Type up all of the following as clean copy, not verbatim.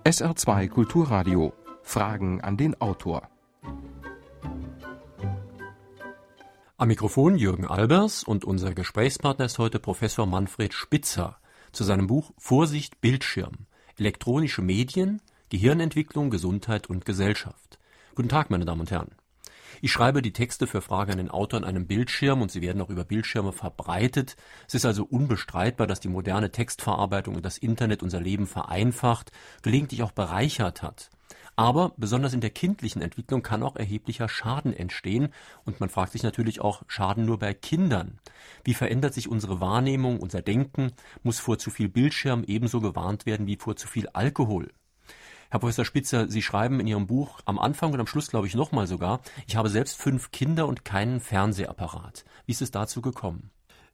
SR2 Kulturradio. Fragen an den Autor. Am Mikrofon Jürgen Albers und unser Gesprächspartner ist heute Professor Manfred Spitzer zu seinem Buch Vorsicht Bildschirm. Elektronische Medien, Gehirnentwicklung, Gesundheit und Gesellschaft. Guten Tag, meine Damen und Herren. Ich schreibe die Texte für Fragen an den Autor an einem Bildschirm und sie werden auch über Bildschirme verbreitet. Es ist also unbestreitbar, dass die moderne Textverarbeitung und das Internet unser Leben vereinfacht, gelegentlich auch bereichert hat. Aber besonders in der kindlichen Entwicklung kann auch erheblicher Schaden entstehen und man fragt sich natürlich auch, Schaden nur bei Kindern. Wie verändert sich unsere Wahrnehmung, unser Denken? Muss vor zu viel Bildschirm ebenso gewarnt werden wie vor zu viel Alkohol? Herr Professor Spitzer, Sie schreiben in Ihrem Buch am Anfang und am Schluss, glaube ich, nochmal sogar, ich habe selbst 5 Kinder und keinen Fernsehapparat. Wie ist es dazu gekommen?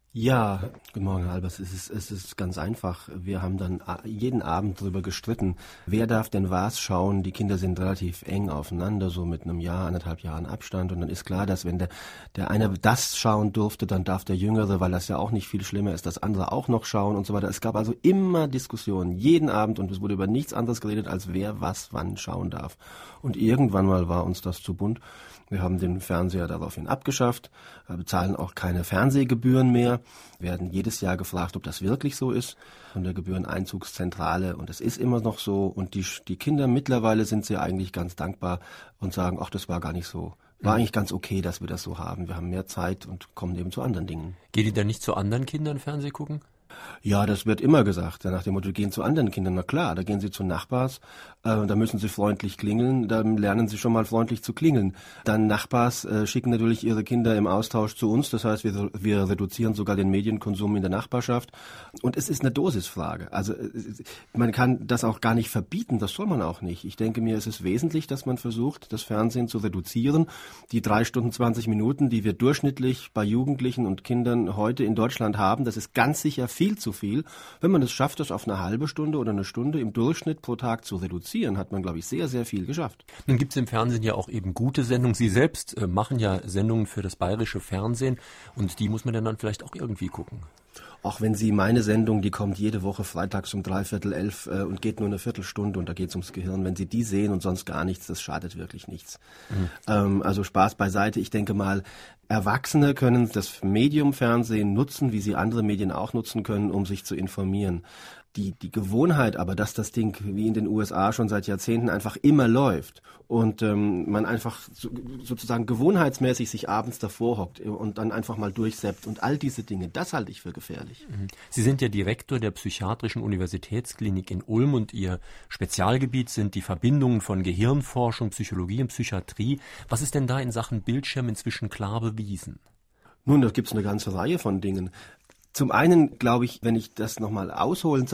Ja, guten Morgen, Herr Albers. Es ist ganz einfach. Wir haben dann jeden Abend darüber gestritten, wer darf denn was schauen. Die Kinder sind relativ eng aufeinander, so mit einem Jahr, 1,5 Jahren Abstand. Und dann ist klar, dass wenn der eine das schauen durfte, dann darf der Jüngere, weil das ja auch nicht viel schlimmer ist, das andere auch noch schauen und so weiter. Es gab also immer Diskussionen, jeden Abend, und es wurde über nichts anderes geredet, als wer was wann schauen darf. Und irgendwann mal war uns das zu bunt. Wir haben den Fernseher daraufhin abgeschafft, bezahlen auch keine Fernsehgebühren mehr, werden jedes Jahr gefragt, ob das wirklich so ist, von der Gebühreneinzugszentrale, und es ist immer noch so, und die Kinder mittlerweile sind sie eigentlich ganz dankbar und sagen, ach, das war gar nicht so. War eigentlich ganz okay, dass wir das so haben. Wir haben mehr Zeit und kommen eben zu anderen Dingen. Geht ihr denn nicht zu anderen Kindern Fernseh gucken? Ja, das wird immer gesagt, nach dem Motto, gehen zu anderen Kindern. Na klar, da gehen sie zu Nachbars, da müssen sie freundlich klingeln, dann lernen sie schon mal freundlich zu klingeln. Dann Nachbars schicken natürlich ihre Kinder im Austausch zu uns, das heißt, wir reduzieren sogar den Medienkonsum in der Nachbarschaft. Und es ist eine Dosisfrage. Also man kann das auch gar nicht verbieten, das soll man auch nicht. Ich denke mir, es ist wesentlich, dass man versucht, das Fernsehen zu reduzieren. Die 3 Stunden 20 Minuten, die wir durchschnittlich bei Jugendlichen und Kindern heute in Deutschland haben, das ist ganz sicher viel zu viel. Wenn man es schafft, das auf eine halbe Stunde oder eine Stunde im Durchschnitt pro Tag zu reduzieren, hat man, glaube ich, sehr, sehr viel geschafft. Nun gibt es im Fernsehen ja auch eben gute Sendungen. Sie selbst machen ja Sendungen für das bayerische Fernsehen und die muss man dann vielleicht auch irgendwie gucken. Auch wenn Sie meine Sendung, die kommt jede Woche freitags um 10:45 und geht nur eine Viertelstunde und da geht es ums Gehirn. Wenn Sie die sehen und sonst gar nichts, das schadet wirklich nichts. Also Spaß beiseite. Ich denke mal, Erwachsene können das Medium Fernsehen nutzen, wie sie andere Medien auch nutzen können, um sich zu informieren. Die Gewohnheit aber, dass das Ding wie in den USA schon seit Jahrzehnten einfach immer läuft und man einfach sozusagen gewohnheitsmäßig sich abends davor hockt und dann einfach mal durchsäppt und all diese Dinge, das halte ich für gefährlich. Sie sind ja Direktor der Psychiatrischen Universitätsklinik in Ulm und Ihr Spezialgebiet sind die Verbindungen von Gehirnforschung, Psychologie und Psychiatrie. Was ist denn da in Sachen Bildschirm inzwischen klar bewiesen? Nun, da gibt es eine ganze Reihe von Dingen. Zum einen glaube ich, wenn ich das ausholend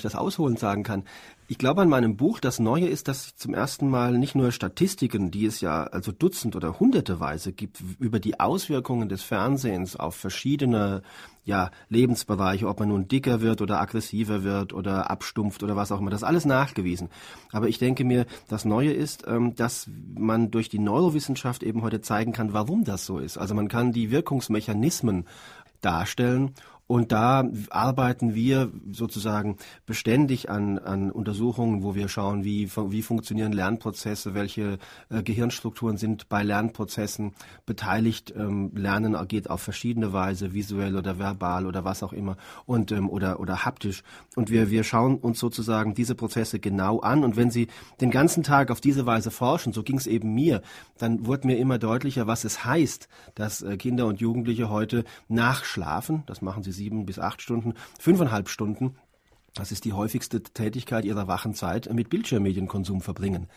sagen kann, ich glaube an meinem Buch, das Neue ist, dass ich zum ersten Mal nicht nur Statistiken, die es ja also Dutzend- oder Hunderteweise gibt, über die Auswirkungen des Fernsehens auf verschiedene Lebensbereiche, ob man nun dicker wird oder aggressiver wird oder abstumpft oder was auch immer, das ist alles nachgewiesen. Aber ich denke mir, das Neue ist, dass man durch die Neurowissenschaft eben heute zeigen kann, warum das so ist. Also man kann die Wirkungsmechanismen darstellen. Und da arbeiten wir sozusagen beständig an Untersuchungen, wo wir schauen, wie funktionieren Lernprozesse, welche Gehirnstrukturen sind bei Lernprozessen beteiligt. Lernen geht auf verschiedene Weise, visuell oder verbal oder was auch immer und oder haptisch. Und wir schauen uns sozusagen diese Prozesse genau an. Und wenn Sie den ganzen Tag auf diese Weise forschen, so ging es eben mir, dann wurde mir immer deutlicher, was es heißt, dass Kinder und Jugendliche heute nachschlafen. Das machen sie 7 bis 8 Stunden, 5,5 Stunden. Das ist die häufigste Tätigkeit ihrer wachen Zeit, mit Bildschirmmedienkonsum verbringen.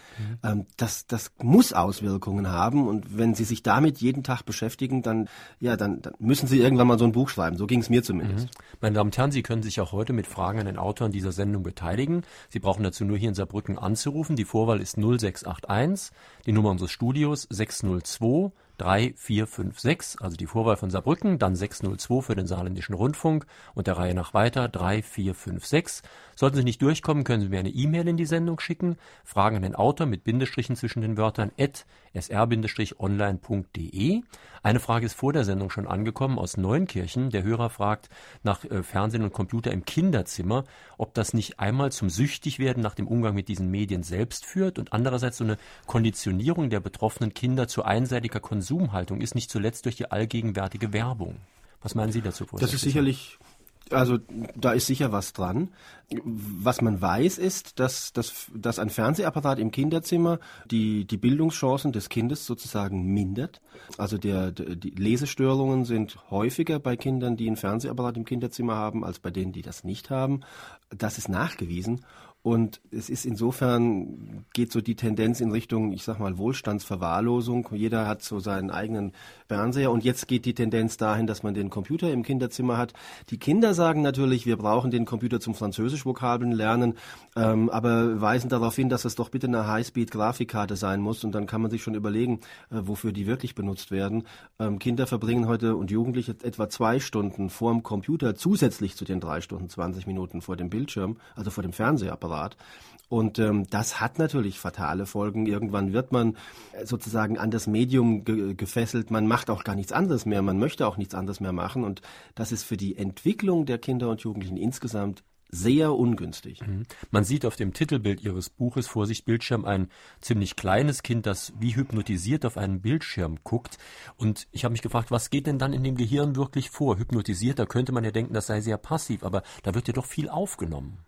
Das muss Auswirkungen haben und wenn Sie sich damit jeden Tag beschäftigen, dann müssen Sie irgendwann mal so ein Buch schreiben. So ging es mir zumindest. Meine Damen und Herren, Sie können sich auch heute mit Fragen an den Autor an dieser Sendung beteiligen. Sie brauchen dazu nur hier in Saarbrücken anzurufen. Die Vorwahl ist 0681, die Nummer unseres Studios 602 3456, also die Vorwahl von Saarbrücken, dann 602 für den Saarländischen Rundfunk und der Reihe nach weiter 3456. Sollten Sie nicht durchkommen, können Sie mir eine E-Mail in die Sendung schicken, Fragen an den Autor mit Bindestrichen zwischen den Wörtern @sr-online.de. Eine Frage ist vor der Sendung schon angekommen aus Neunkirchen. Der Hörer fragt nach Fernsehen und Computer im Kinderzimmer, ob das nicht einmal zum Süchtigwerden nach dem Umgang mit diesen Medien selbst führt und andererseits so eine Konditionierung der betroffenen Kinder zu einseitiger Konsumhaltung ist, nicht zuletzt durch die allgegenwärtige Werbung. Was meinen Sie dazu, Professor? Das ist sicherlich, also da ist sicher was dran. Was man weiß ist, dass ein Fernsehapparat im Kinderzimmer die Bildungschancen des Kindes sozusagen mindert. Also die Lesestörungen sind häufiger bei Kindern, die einen Fernsehapparat im Kinderzimmer haben, als bei denen, die das nicht haben. Das ist nachgewiesen. Und es ist insofern, geht so die Tendenz in Richtung, ich sag mal, Wohlstandsverwahrlosung. Jeder hat so seinen eigenen Fernseher und jetzt geht die Tendenz dahin, dass man den Computer im Kinderzimmer hat. Die Kinder sagen natürlich, wir brauchen den Computer zum Französisch-Vokabeln lernen, aber weisen darauf hin, dass es doch bitte eine High-Speed-Grafikkarte sein muss und dann kann man sich schon überlegen, wofür die wirklich benutzt werden. Kinder verbringen heute und Jugendliche etwa 2 Stunden vor dem Computer zusätzlich zu den 3 Stunden 20 Minuten vor dem Bildschirm, also vor dem Fernsehapparat. Und das hat natürlich fatale Folgen. Irgendwann wird man sozusagen an das Medium gefesselt. Man macht auch gar nichts anderes mehr. Man möchte auch nichts anderes mehr machen. Und das ist für die Entwicklung der Kinder und Jugendlichen insgesamt sehr ungünstig. Man sieht auf dem Titelbild Ihres Buches Vorsicht Bildschirm ein ziemlich kleines Kind, das wie hypnotisiert auf einen Bildschirm guckt. Und ich habe mich gefragt, was geht denn dann in dem Gehirn wirklich vor? Hypnotisiert, da könnte man ja denken, das sei sehr passiv, aber da wird ja doch viel aufgenommen.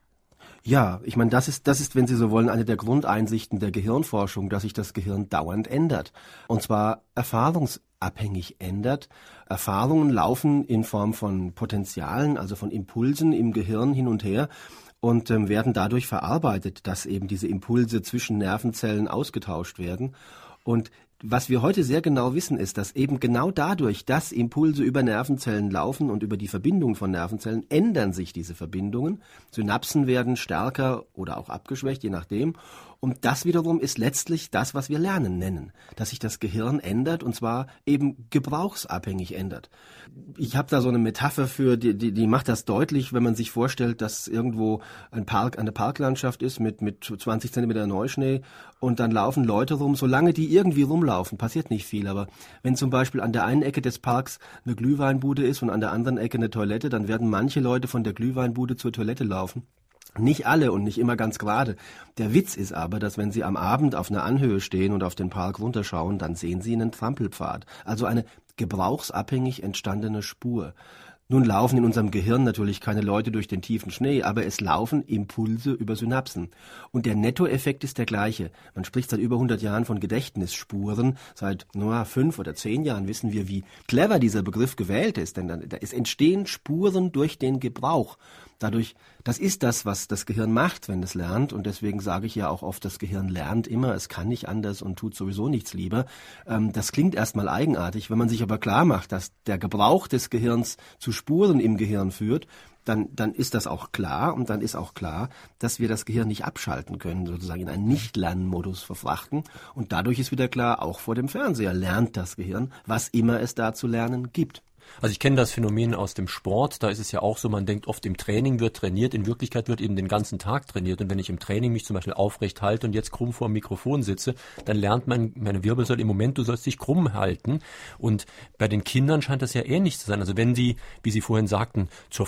Ja, ich meine, das ist, wenn Sie so wollen, eine der Grundeinsichten der Gehirnforschung, dass sich das Gehirn dauernd ändert. Und zwar erfahrungsabhängig ändert. Erfahrungen laufen in Form von Potenzialen, also von Impulsen im Gehirn hin und her und werden dadurch verarbeitet, dass eben diese Impulse zwischen Nervenzellen ausgetauscht werden. Und was wir heute sehr genau wissen, ist, dass eben genau dadurch, dass Impulse über Nervenzellen laufen und über die Verbindung von Nervenzellen, ändern sich diese Verbindungen. Synapsen werden stärker oder auch abgeschwächt, je nachdem. Und das wiederum ist letztlich das, was wir Lernen nennen, dass sich das Gehirn ändert und zwar eben gebrauchsabhängig ändert. Ich habe da so eine Metapher für, die macht das deutlich, wenn man sich vorstellt, dass irgendwo eine Parklandschaft ist mit 20 Zentimeter Neuschnee und dann laufen Leute rum. Solange die irgendwie rumlaufen, passiert nicht viel. Aber wenn zum Beispiel an der einen Ecke des Parks eine Glühweinbude ist und an der anderen Ecke eine Toilette, dann werden manche Leute von der Glühweinbude zur Toilette laufen. Nicht alle und nicht immer ganz gerade. Der Witz ist aber, dass wenn Sie am Abend auf einer Anhöhe stehen und auf den Park runterschauen, dann sehen Sie einen Trampelpfad. Also eine gebrauchsabhängig entstandene Spur. Nun laufen in unserem Gehirn natürlich keine Leute durch den tiefen Schnee, aber es laufen Impulse über Synapsen. Und der Nettoeffekt ist der gleiche. Man spricht seit über 100 Jahren von Gedächtnisspuren. Seit 5 oder 10 Jahren wissen wir, wie clever dieser Begriff gewählt ist. Denn es entstehen Spuren durch den Gebrauch. Dadurch, das ist das, was das Gehirn macht, wenn es lernt. Und deswegen sage ich ja auch oft, das Gehirn lernt immer, es kann nicht anders und tut sowieso nichts lieber. Das klingt erstmal eigenartig. Wenn man sich aber klar macht, dass der Gebrauch des Gehirns zu Spuren im Gehirn führt, dann ist das auch klar. Und dann ist auch klar, dass wir das Gehirn nicht abschalten können, sozusagen in einen Nicht-Lernmodus verfrachten. Und dadurch ist wieder klar, auch vor dem Fernseher lernt das Gehirn, was immer es da zu lernen gibt. Also ich kenne das Phänomen aus dem Sport, da ist es ja auch so, man denkt oft im Training wird trainiert, in Wirklichkeit wird eben den ganzen Tag trainiert und wenn ich im Training mich zum Beispiel aufrecht halte und jetzt krumm vor dem Mikrofon sitze, dann lernt meine Wirbelsäule im Moment, du sollst dich krumm halten und bei den Kindern scheint das ja ähnlich zu sein, also wenn sie, wie Sie vorhin sagten, zur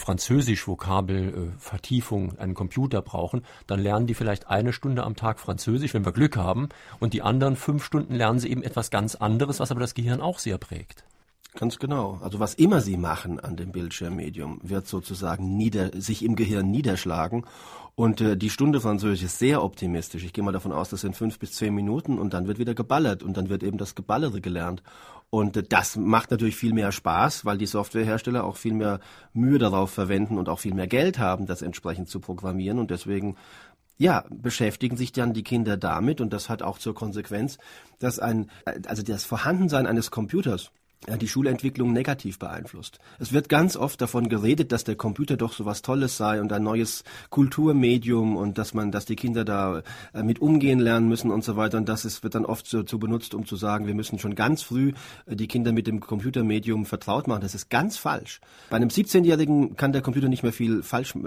Französisch-Vokabel-Vertiefung einen Computer brauchen, dann lernen die vielleicht 1 Stunde am Tag Französisch, wenn wir Glück haben und die anderen 5 Stunden lernen sie eben etwas ganz anderes, was aber das Gehirn auch sehr prägt. Ganz genau. Also was immer Sie machen an dem Bildschirmmedium, wird sozusagen sich im Gehirn niederschlagen. Und die Stunde Französisch ist sehr optimistisch. Ich gehe mal davon aus, das sind 5 bis 10 Minuten und dann wird wieder geballert und dann wird eben das Geballere gelernt. Und das macht natürlich viel mehr Spaß, weil die Softwarehersteller auch viel mehr Mühe darauf verwenden und auch viel mehr Geld haben, das entsprechend zu programmieren. Und deswegen beschäftigen sich dann die Kinder damit und das hat auch zur Konsequenz, dass das Vorhandensein eines Computers die Schulentwicklung negativ beeinflusst. Es wird ganz oft davon geredet, dass der Computer doch so was Tolles sei und ein neues Kulturmedium und dass die Kinder da mit umgehen lernen müssen und so weiter. Und wird dann oft so benutzt, um zu sagen, wir müssen schon ganz früh die Kinder mit dem Computermedium vertraut machen. Das ist ganz falsch. Bei einem 17-Jährigen kann der Computer nicht mehr viel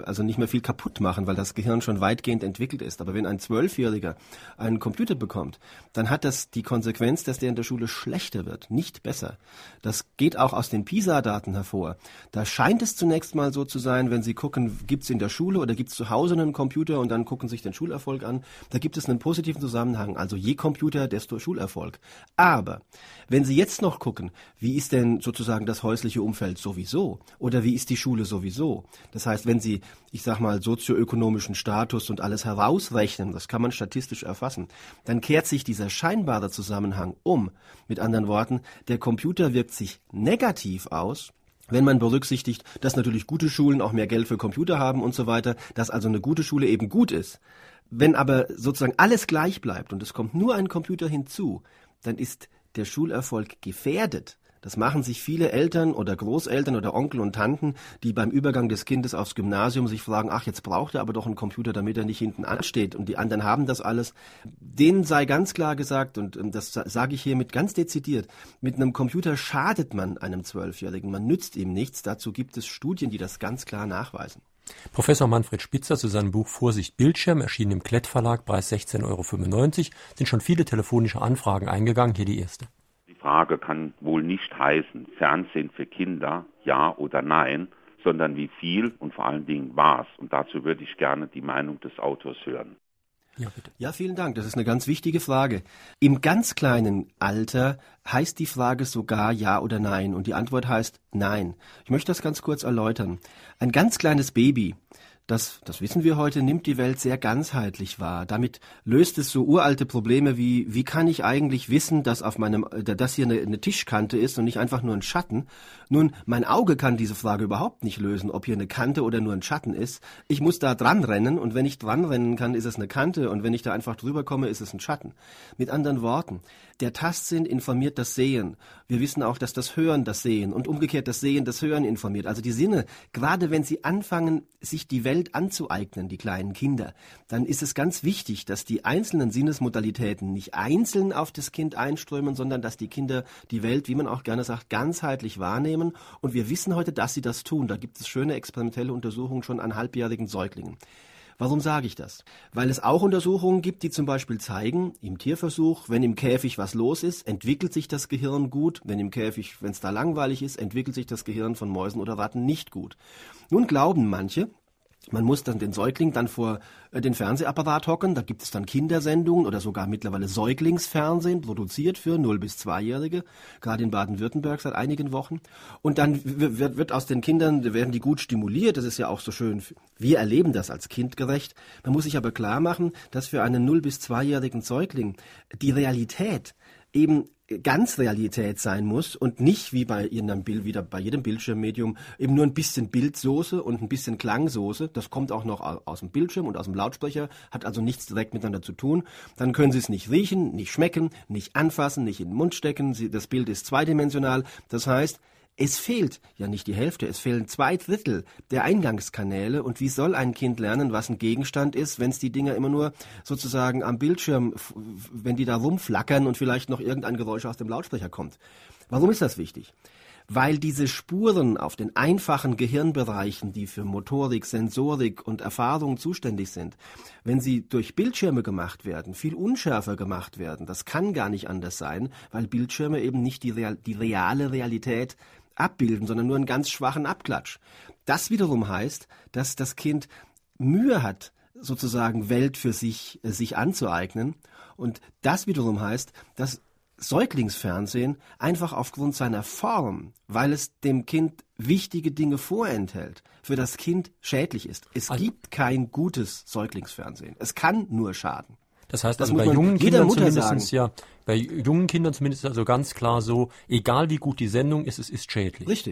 kaputt machen, weil das Gehirn schon weitgehend entwickelt ist. Aber wenn ein 12-Jähriger einen Computer bekommt, dann hat das die Konsequenz, dass der in der Schule schlechter wird, nicht besser. Das geht auch aus den PISA-Daten hervor. Da scheint es zunächst mal so zu sein, wenn Sie gucken, gibt es in der Schule oder gibt es zu Hause einen Computer und dann gucken sich den Schulerfolg an, da gibt es einen positiven Zusammenhang. Also je Computer, desto Schulerfolg. Aber wenn Sie jetzt noch gucken, wie ist denn sozusagen das häusliche Umfeld sowieso oder wie ist die Schule sowieso? Das heißt, wenn Sie, ich sag mal, sozioökonomischen Status und alles herausrechnen, das kann man statistisch erfassen, dann kehrt sich dieser scheinbare Zusammenhang um. Mit anderen Worten, der Computer wirkt sich negativ aus, wenn man berücksichtigt, dass natürlich gute Schulen auch mehr Geld für Computer haben und so weiter, dass also eine gute Schule eben gut ist. Wenn aber sozusagen alles gleich bleibt und es kommt nur ein Computer hinzu, dann ist der Schulerfolg gefährdet. Das machen sich viele Eltern oder Großeltern oder Onkel und Tanten, die beim Übergang des Kindes aufs Gymnasium sich fragen, ach, jetzt braucht er aber doch einen Computer, damit er nicht hinten ansteht und die anderen haben das alles. Denen sei ganz klar gesagt, und das sage ich hiermit ganz dezidiert, mit einem Computer schadet man einem 12-Jährigen, man nützt ihm nichts. Dazu gibt es Studien, die das ganz klar nachweisen. Professor Manfred Spitzer zu seinem Buch Vorsicht Bildschirm, erschienen im Klett Verlag, Preis 16,95 €, sind schon viele telefonische Anfragen eingegangen. Hier die erste. Die Frage kann wohl nicht heißen, Fernsehen für Kinder, ja oder nein, sondern wie viel und vor allen Dingen was. Und dazu würde ich gerne die Meinung des Autors hören. Ja, bitte. Ja, vielen Dank. Das ist eine ganz wichtige Frage. Im ganz kleinen Alter heißt die Frage sogar ja oder nein. Und die Antwort heißt nein. Ich möchte das ganz kurz erläutern. Ein ganz kleines Baby, das wissen wir heute, nimmt die Welt sehr ganzheitlich wahr. Damit löst es so uralte Probleme wie kann ich eigentlich wissen, dass dass hier eine Tischkante ist und nicht einfach nur ein Schatten? Nun, mein Auge kann diese Frage überhaupt nicht lösen, ob hier eine Kante oder nur ein Schatten ist. Ich muss da dran rennen und wenn ich dran rennen kann, ist es eine Kante und wenn ich da einfach drüber komme, ist es ein Schatten. Mit anderen Worten, der Tastsinn informiert das Sehen. Wir wissen auch, dass das Hören das Sehen und umgekehrt das Sehen das Hören informiert. Also die Sinne, gerade wenn sie anfangen, sich die Welt anzueignen, die kleinen Kinder, dann ist es ganz wichtig, dass die einzelnen Sinnesmodalitäten nicht einzeln auf das Kind einströmen, sondern dass die Kinder die Welt, wie man auch gerne sagt, ganzheitlich wahrnehmen. Und wir wissen heute, dass sie das tun. Da gibt es schöne experimentelle Untersuchungen schon an halbjährigen Säuglingen. Warum sage ich das? Weil es auch Untersuchungen gibt, die zum Beispiel zeigen, im Tierversuch, wenn im Käfig was los ist, entwickelt sich das Gehirn gut. Wenn im Käfig, wenn es da langweilig ist, entwickelt sich das Gehirn von Mäusen oder Ratten nicht gut. Nun glauben manche, man muss dann den Säugling dann vor den Fernsehapparat hocken, da gibt es dann Kindersendungen oder sogar mittlerweile Säuglingsfernsehen, produziert für 0- bis 2-Jährige, gerade in Baden-Württemberg seit einigen Wochen. Und dann wird aus den Kindern, werden die gut stimuliert, das ist ja auch so schön, wir erleben das als kindgerecht. Man muss sich aber klar machen, dass für einen 0- bis 2-jährigen Säugling die Realität eben ganz Realität sein muss und nicht wie bei jedem Bildschirmmedium eben nur ein bisschen Bildsoße und ein bisschen Klangsoße. Das kommt auch noch aus dem Bildschirm und aus dem Lautsprecher, hat also nichts direkt miteinander zu tun. Dann können Sie es nicht riechen, nicht schmecken, nicht anfassen, nicht in den Mund stecken. Das Bild ist zweidimensional. Das heißt, es fehlt ja nicht die Hälfte, es fehlen 2/3 der Eingangskanäle. Und wie soll ein Kind lernen, was ein Gegenstand ist, wenn es die Dinger immer nur sozusagen am Bildschirm, wenn die da rumflackern und vielleicht noch irgendein Geräusch aus dem Lautsprecher kommt? Warum ist das wichtig? Weil diese Spuren auf den einfachen Gehirnbereichen, die für Motorik, Sensorik und Erfahrung zuständig sind, wenn sie durch Bildschirme gemacht werden, viel unschärfer gemacht werden, das kann gar nicht anders sein, weil Bildschirme eben nicht die reale Realität abbilden, sondern nur einen ganz schwachen Abklatsch. Das wiederum heißt, dass das Kind Mühe hat, sozusagen Welt für sich anzueignen. Und das wiederum heißt, dass Säuglingsfernsehen einfach aufgrund seiner Form, weil es dem Kind wichtige Dinge vorenthält, für das Kind schädlich ist. Es gibt kein gutes Säuglingsfernsehen. Es kann nur schaden. Das heißt also bei jungen Kindern zumindest also ganz klar so, egal wie gut die Sendung ist, es ist schädlich. Richtig.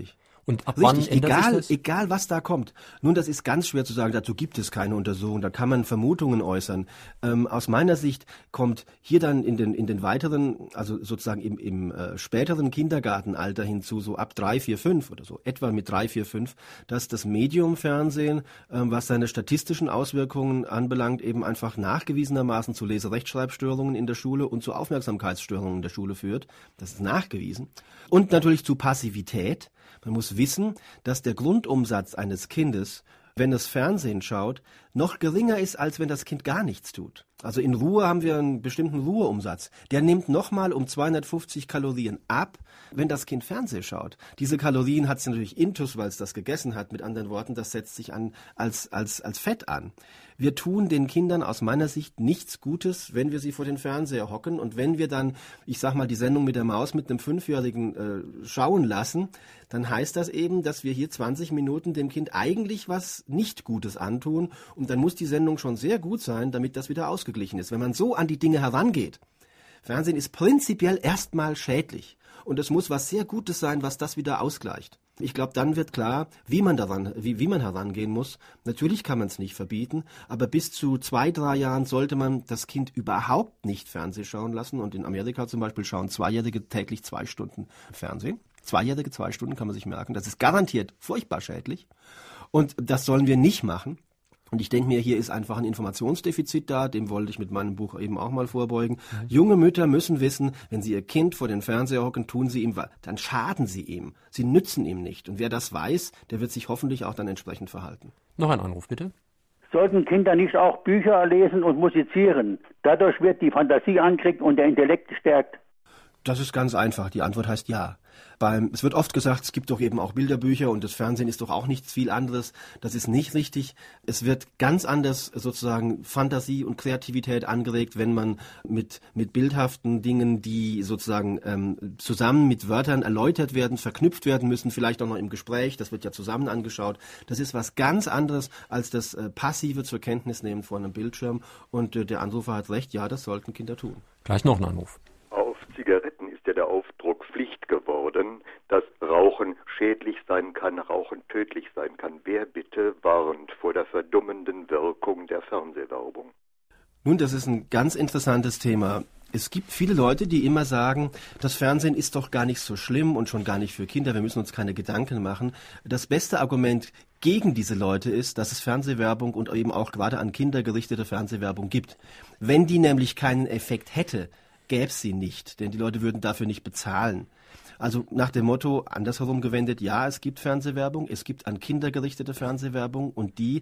Und ab wann Richtig, ändert sich das? egal was da kommt. Nun, das ist ganz schwer zu sagen, dazu gibt es keine Untersuchung, da kann man Vermutungen äußern. Aus meiner Sicht kommt hier dann in den weiteren, also sozusagen im späteren Kindergartenalter hinzu, so ab 3, 4, 5 oder so, etwa mit 3, 4, 5, dass das Medium Fernsehen, was seine statistischen Auswirkungen anbelangt, eben einfach nachgewiesenermaßen zu Leserechtschreibstörungen in der Schule und zu Aufmerksamkeitsstörungen in der Schule führt. Das ist nachgewiesen. Und natürlich zu Passivität. Man muss wissen, dass der Grundumsatz eines Kindes, wenn es Fernsehen schaut, noch geringer ist, als wenn das Kind gar nichts tut. Also in Ruhe haben wir einen bestimmten Ruheumsatz. Der nimmt nochmal um 250 Kalorien ab, wenn das Kind Fernsehen schaut. Diese Kalorien hat es natürlich intus, weil es das gegessen hat. Mit anderen Worten, das setzt sich an als Fett an. Wir tun den Kindern aus meiner Sicht nichts Gutes, wenn wir sie vor den Fernseher hocken und wenn wir dann, ich sag mal, die Sendung mit der Maus mit einem 5-Jährigen schauen lassen, dann heißt das eben, dass wir hier 20 Minuten dem Kind eigentlich was nicht Gutes antun und dann muss die Sendung schon sehr gut sein, damit das wieder ausgeglichen ist. Wenn man so an die Dinge herangeht, Fernsehen ist prinzipiell erstmal schädlich und es muss was sehr Gutes sein, was das wieder ausgleicht. Ich glaube, dann wird klar, wie man herangehen muss. Natürlich kann man es nicht verbieten, aber bis zu 2, 3 Jahren sollte man das Kind überhaupt nicht Fernsehen schauen lassen. Und in Amerika zum Beispiel schauen 2-Jährige täglich 2 Stunden Fernsehen. 2-Jährige 2 Stunden kann man sich merken. Das ist garantiert furchtbar schädlich. Und das sollen wir nicht machen. Und ich denke mir, hier ist einfach ein Informationsdefizit da, dem wollte ich mit meinem Buch eben auch mal vorbeugen. Junge Mütter müssen wissen, wenn sie ihr Kind vor den Fernseher hocken, tun sie ihm was, dann schaden sie ihm. Sie nützen ihm nicht. Und wer das weiß, der wird sich hoffentlich auch dann entsprechend verhalten. Noch ein Anruf, bitte. Sollten Kinder nicht auch Bücher lesen und musizieren? Dadurch wird die Fantasie angeregt und der Intellekt gestärkt. Das ist ganz einfach. Die Antwort heißt ja. Es wird oft gesagt, es gibt doch eben auch Bilderbücher und das Fernsehen ist doch auch nichts viel anderes. Das ist nicht richtig. Es wird ganz anders sozusagen Fantasie und Kreativität angeregt, wenn man mit bildhaften Dingen, die sozusagen zusammen mit Wörtern erläutert werden, verknüpft werden müssen, vielleicht auch noch im Gespräch. Das wird ja zusammen angeschaut. Das ist was ganz anderes als das passive zur Kenntnis nehmen vor einem Bildschirm. Und der Anrufer hat recht, ja, das sollten Kinder tun. Gleich noch ein Anruf. Auf Zigaretten ist ja der Aufdruck Pflicht geworden, dass Rauchen schädlich sein kann, Rauchen tödlich sein kann. Wer bitte warnt vor der verdummenden Wirkung der Fernsehwerbung? Nun, das ist ein ganz interessantes Thema. Es gibt viele Leute, die immer sagen, das Fernsehen ist doch gar nicht so schlimm und schon gar nicht für Kinder, wir müssen uns keine Gedanken machen. Das beste Argument gegen diese Leute ist, dass es Fernsehwerbung und eben auch gerade an Kinder gerichtete Fernsehwerbung gibt. Wenn die nämlich keinen Effekt hätte, gäbe es sie nicht, denn die Leute würden dafür nicht bezahlen. Also nach dem Motto, andersherum gewendet, ja, es gibt Fernsehwerbung, es gibt an Kinder gerichtete Fernsehwerbung und die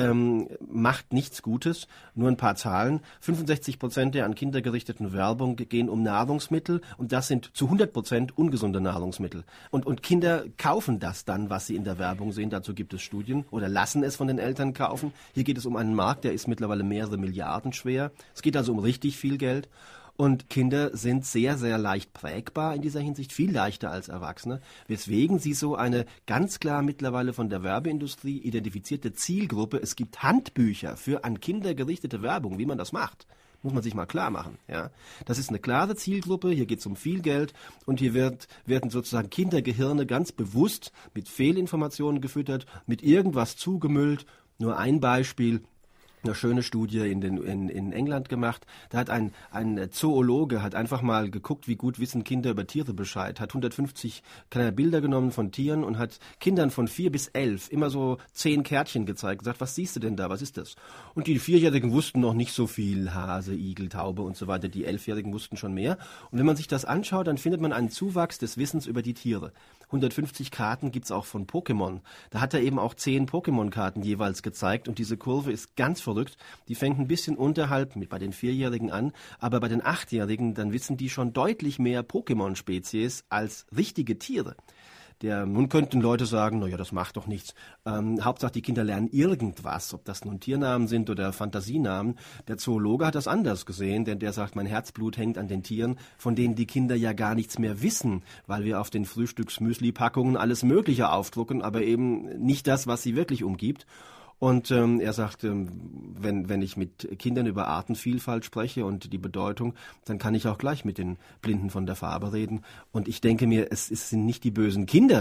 macht nichts Gutes. Nur ein paar Zahlen. 65% der an Kinder gerichteten Werbung gehen um Nahrungsmittel und das sind zu 100% ungesunde Nahrungsmittel. Und Kinder kaufen das dann, was sie in der Werbung sehen. Dazu gibt es Studien oder lassen es von den Eltern kaufen. Hier geht es um einen Markt, der ist mittlerweile mehrere Milliarden schwer. Es geht also um richtig viel Geld. Und Kinder sind sehr, sehr leicht prägbar in dieser Hinsicht, viel leichter als Erwachsene, weswegen sie so eine ganz klar mittlerweile von der Werbeindustrie identifizierte Zielgruppe, es gibt Handbücher für an Kinder gerichtete Werbung, wie man das macht. Muss man sich mal klar machen. Ja. Das ist eine klare Zielgruppe, hier geht es um viel Geld und hier werden sozusagen Kindergehirne ganz bewusst mit Fehlinformationen gefüttert, mit irgendwas zugemüllt. Nur ein Beispiel. Eine schöne Studie in England gemacht. Da hat ein Zoologe hat einfach mal geguckt, wie gut wissen Kinder über Tiere Bescheid. Hat 150 kleine Bilder genommen von Tieren und hat Kindern von 4 bis 11 immer so 10 Kärtchen gezeigt. Gesagt, was siehst du denn da? Was ist das? Und die 4-Jährigen wussten noch nicht so viel. Hase, Igel, Taube und so weiter. Die 11-Jährigen wussten schon mehr. Und wenn man sich das anschaut, dann findet man einen Zuwachs des Wissens über die Tiere. 150 Karten gibt's auch von Pokémon. Da hat er eben auch 10 Pokémon-Karten jeweils gezeigt und diese Kurve ist ganz verrückt. Die fängt ein bisschen unterhalb bei den 4-Jährigen an, aber bei den 8-Jährigen, dann wissen die schon deutlich mehr Pokémon-Spezies als richtige Tiere. Nun könnten Leute sagen, naja, das macht doch nichts. Hauptsache die Kinder lernen irgendwas, ob das nun Tiernamen sind oder Fantasienamen. Der Zoologe hat das anders gesehen, denn der sagt, mein Herzblut hängt an den Tieren, von denen die Kinder ja gar nichts mehr wissen, weil wir auf den Frühstücksmüsli-Packungen alles Mögliche aufdrucken, aber eben nicht das, was sie wirklich umgibt. Und er sagt, wenn ich mit Kindern über Artenvielfalt spreche und die Bedeutung, dann kann ich auch gleich mit den Blinden von der Farbe reden. Und ich denke mir, es sind nicht die bösen Kinder,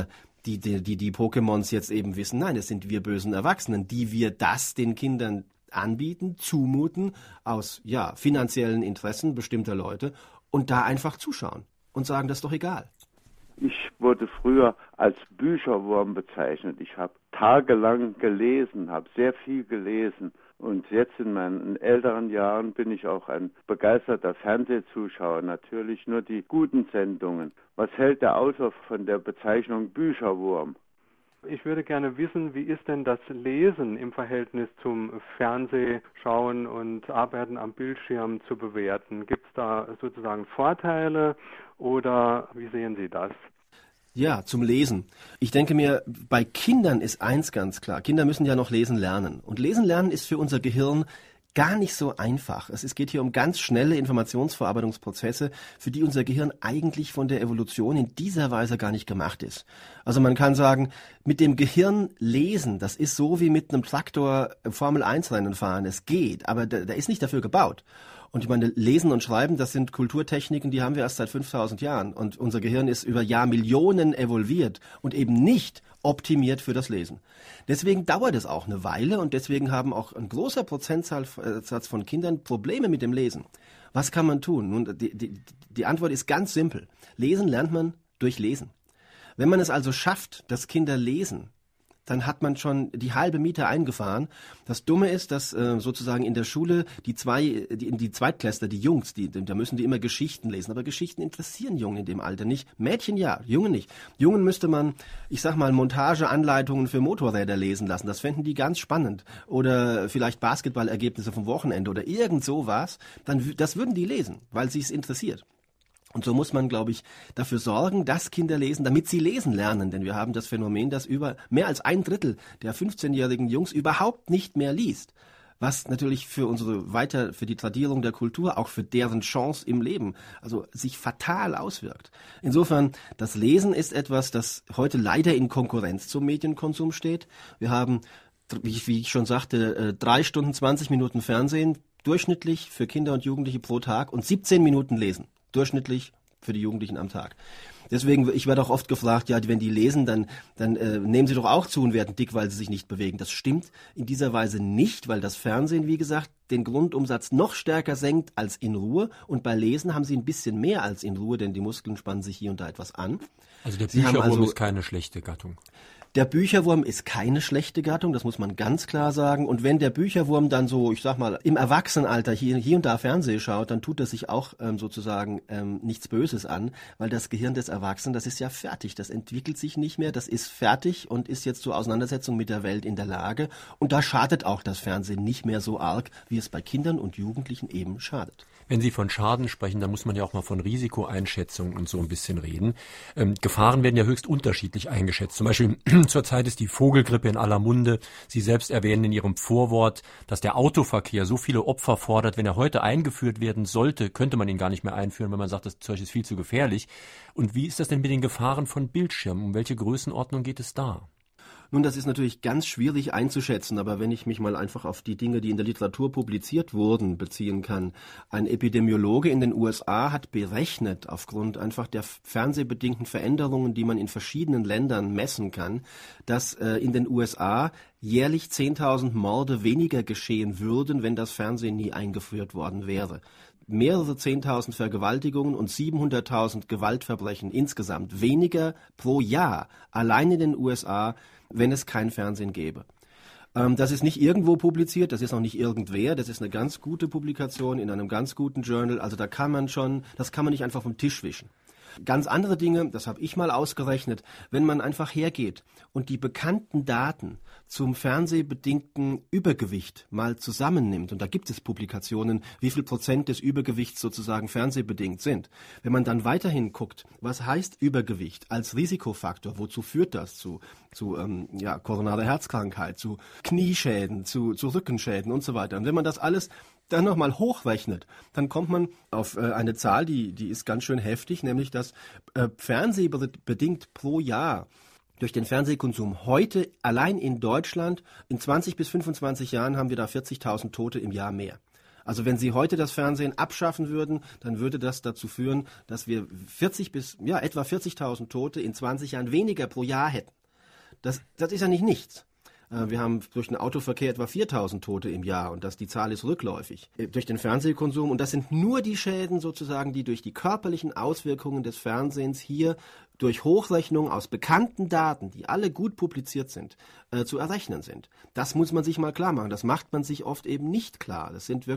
die Pokémons jetzt eben wissen, nein, es sind wir bösen Erwachsenen, die wir das den Kindern anbieten, zumuten, aus finanziellen Interessen bestimmter Leute und da einfach zuschauen und sagen, das ist doch egal. Ich wurde früher als Bücherwurm bezeichnet. Ich habe tagelang gelesen, habe sehr viel gelesen. Und jetzt in meinen älteren Jahren bin ich auch ein begeisterter Fernsehzuschauer. Natürlich nur die guten Sendungen. Was hält der Autor von der Bezeichnung Bücherwurm? Ich würde gerne wissen, wie ist denn das Lesen im Verhältnis zum Fernsehschauen und Arbeiten am Bildschirm zu bewerten? Gibt es da sozusagen Vorteile oder wie sehen Sie das? Ja, zum Lesen. Ich denke mir, bei Kindern ist eins ganz klar. Kinder müssen ja noch lesen lernen. Und lesen lernen ist für unser Gehirn gar nicht so einfach. Es geht hier um ganz schnelle Informationsverarbeitungsprozesse, für die unser Gehirn eigentlich von der Evolution in dieser Weise gar nicht gemacht ist. Also man kann sagen, mit dem Gehirn lesen, das ist so wie mit einem Traktor Formel-1-Rennen fahren. Es geht, aber der ist nicht dafür gebaut. Und ich meine, Lesen und Schreiben, das sind Kulturtechniken, die haben wir erst seit 5000 Jahren. Und unser Gehirn ist über Jahrmillionen evolviert und eben nicht optimiert für das Lesen. Deswegen dauert es auch eine Weile und deswegen haben auch ein großer Prozentsatz von Kindern Probleme mit dem Lesen. Was kann man tun? Nun, die Antwort ist ganz simpel. Lesen lernt man durch Lesen. Wenn man es also schafft, dass Kinder lesen, dann hat man schon die halbe Miete eingefahren. Das Dumme ist, dass sozusagen in der Schule die Zweitklässler, die Jungs, da müssen die immer Geschichten lesen. Aber Geschichten interessieren Jungen in dem Alter nicht. Mädchen ja, Jungen nicht. Jungen müsste man, ich sag mal, Montageanleitungen für Motorräder lesen lassen. Das fänden die ganz spannend. Oder vielleicht Basketballergebnisse vom Wochenende oder irgend sowas. Das würden die lesen, weil sie es interessiert. Und so muss man, glaube ich, dafür sorgen, dass Kinder lesen, damit sie lesen lernen. Denn wir haben das Phänomen, dass mehr als 1/3 der 15-jährigen Jungs überhaupt nicht mehr liest. Was natürlich für die Tradierung der Kultur, auch für deren Chance im Leben, also sich fatal auswirkt. Insofern, das Lesen ist etwas, das heute leider in Konkurrenz zum Medienkonsum steht. Wir haben, wie ich schon sagte, 3 Stunden 20 Minuten Fernsehen, durchschnittlich für Kinder und Jugendliche pro Tag und 17 Minuten Lesen. Durchschnittlich für die Jugendlichen am Tag. Deswegen, ich werde auch oft gefragt, ja, wenn die lesen, dann nehmen sie doch auch zu und werden dick, weil sie sich nicht bewegen. Das stimmt in dieser Weise nicht, weil das Fernsehen, wie gesagt, den Grundumsatz noch stärker senkt als in Ruhe. Und bei Lesen haben sie ein bisschen mehr als in Ruhe, denn die Muskeln spannen sich hier und da etwas an. Also der Bücherwurm ist keine schlechte Gattung. Der Bücherwurm ist keine schlechte Gattung, das muss man ganz klar sagen. Und wenn der Bücherwurm dann so, ich sag mal, im Erwachsenenalter hier und da Fernsehen schaut, dann tut er sich auch sozusagen nichts Böses an, weil das Gehirn des Erwachsenen, das ist ja fertig, das entwickelt sich nicht mehr, das ist fertig und ist jetzt zur Auseinandersetzung mit der Welt in der Lage. Und da schadet auch das Fernsehen nicht mehr so arg, wie es bei Kindern und Jugendlichen eben schadet. Wenn Sie von Schaden sprechen, dann muss man ja auch mal von Risikoeinschätzung und so ein bisschen reden. Gefahren werden ja höchst unterschiedlich eingeschätzt. Zum Beispiel zurzeit ist die Vogelgrippe in aller Munde. Sie selbst erwähnen in Ihrem Vorwort, dass der Autoverkehr so viele Opfer fordert. Wenn er heute eingeführt werden sollte, könnte man ihn gar nicht mehr einführen, wenn man sagt, das Zeug ist viel zu gefährlich. Und wie ist das denn mit den Gefahren von Bildschirmen? Um welche Größenordnung geht es da? Nun, das ist natürlich ganz schwierig einzuschätzen, aber wenn ich mich mal einfach auf die Dinge, die in der Literatur publiziert wurden, beziehen kann. Ein Epidemiologe in den USA hat berechnet, aufgrund einfach der fernsehbedingten Veränderungen, die man in verschiedenen Ländern messen kann, dass in den USA jährlich 10.000 Morde weniger geschehen würden, wenn das Fernsehen nie eingeführt worden wäre. Mehrere 10.000 Vergewaltigungen und 700.000 Gewaltverbrechen insgesamt weniger pro Jahr, allein in den USA, wenn es kein Fernsehen gäbe. Das ist nicht irgendwo publiziert, das ist auch nicht irgendwer, das ist eine ganz gute Publikation in einem ganz guten Journal, also das kann man nicht einfach vom Tisch wischen. Ganz andere Dinge, das habe ich mal ausgerechnet, wenn man einfach hergeht und die bekannten Daten zum fernsehbedingten Übergewicht mal zusammennimmt, und da gibt es Publikationen, wie viel Prozent des Übergewichts sozusagen fernsehbedingt sind. Wenn man dann weiterhin guckt, was heißt Übergewicht als Risikofaktor, wozu führt das? Zu koronarer Herzkrankheit, zu Knieschäden, zu Rückenschäden und so weiter. Und wenn man das alles dann nochmal hochrechnet, dann kommt man auf eine Zahl, die ist ganz schön heftig, nämlich dass fernsehbedingt pro Jahr durch den Fernsehkonsum heute allein in Deutschland in 20 bis 25 Jahren haben wir da 40.000 Tote im Jahr mehr. Also wenn Sie heute das Fernsehen abschaffen würden, dann würde das dazu führen, dass wir etwa 40.000 Tote in 20 Jahren weniger pro Jahr hätten. Das ist ja nicht nichts. Wir haben durch den Autoverkehr etwa 4.000 Tote im Jahr und die Zahl ist rückläufig. Durch den Fernsehkonsum, und das sind nur die Schäden sozusagen, die durch die körperlichen Auswirkungen des Fernsehens hier durch Hochrechnung aus bekannten Daten, die alle gut publiziert sind, zu errechnen sind. Das muss man sich mal klar machen. Das macht man sich oft eben nicht klar. Das sind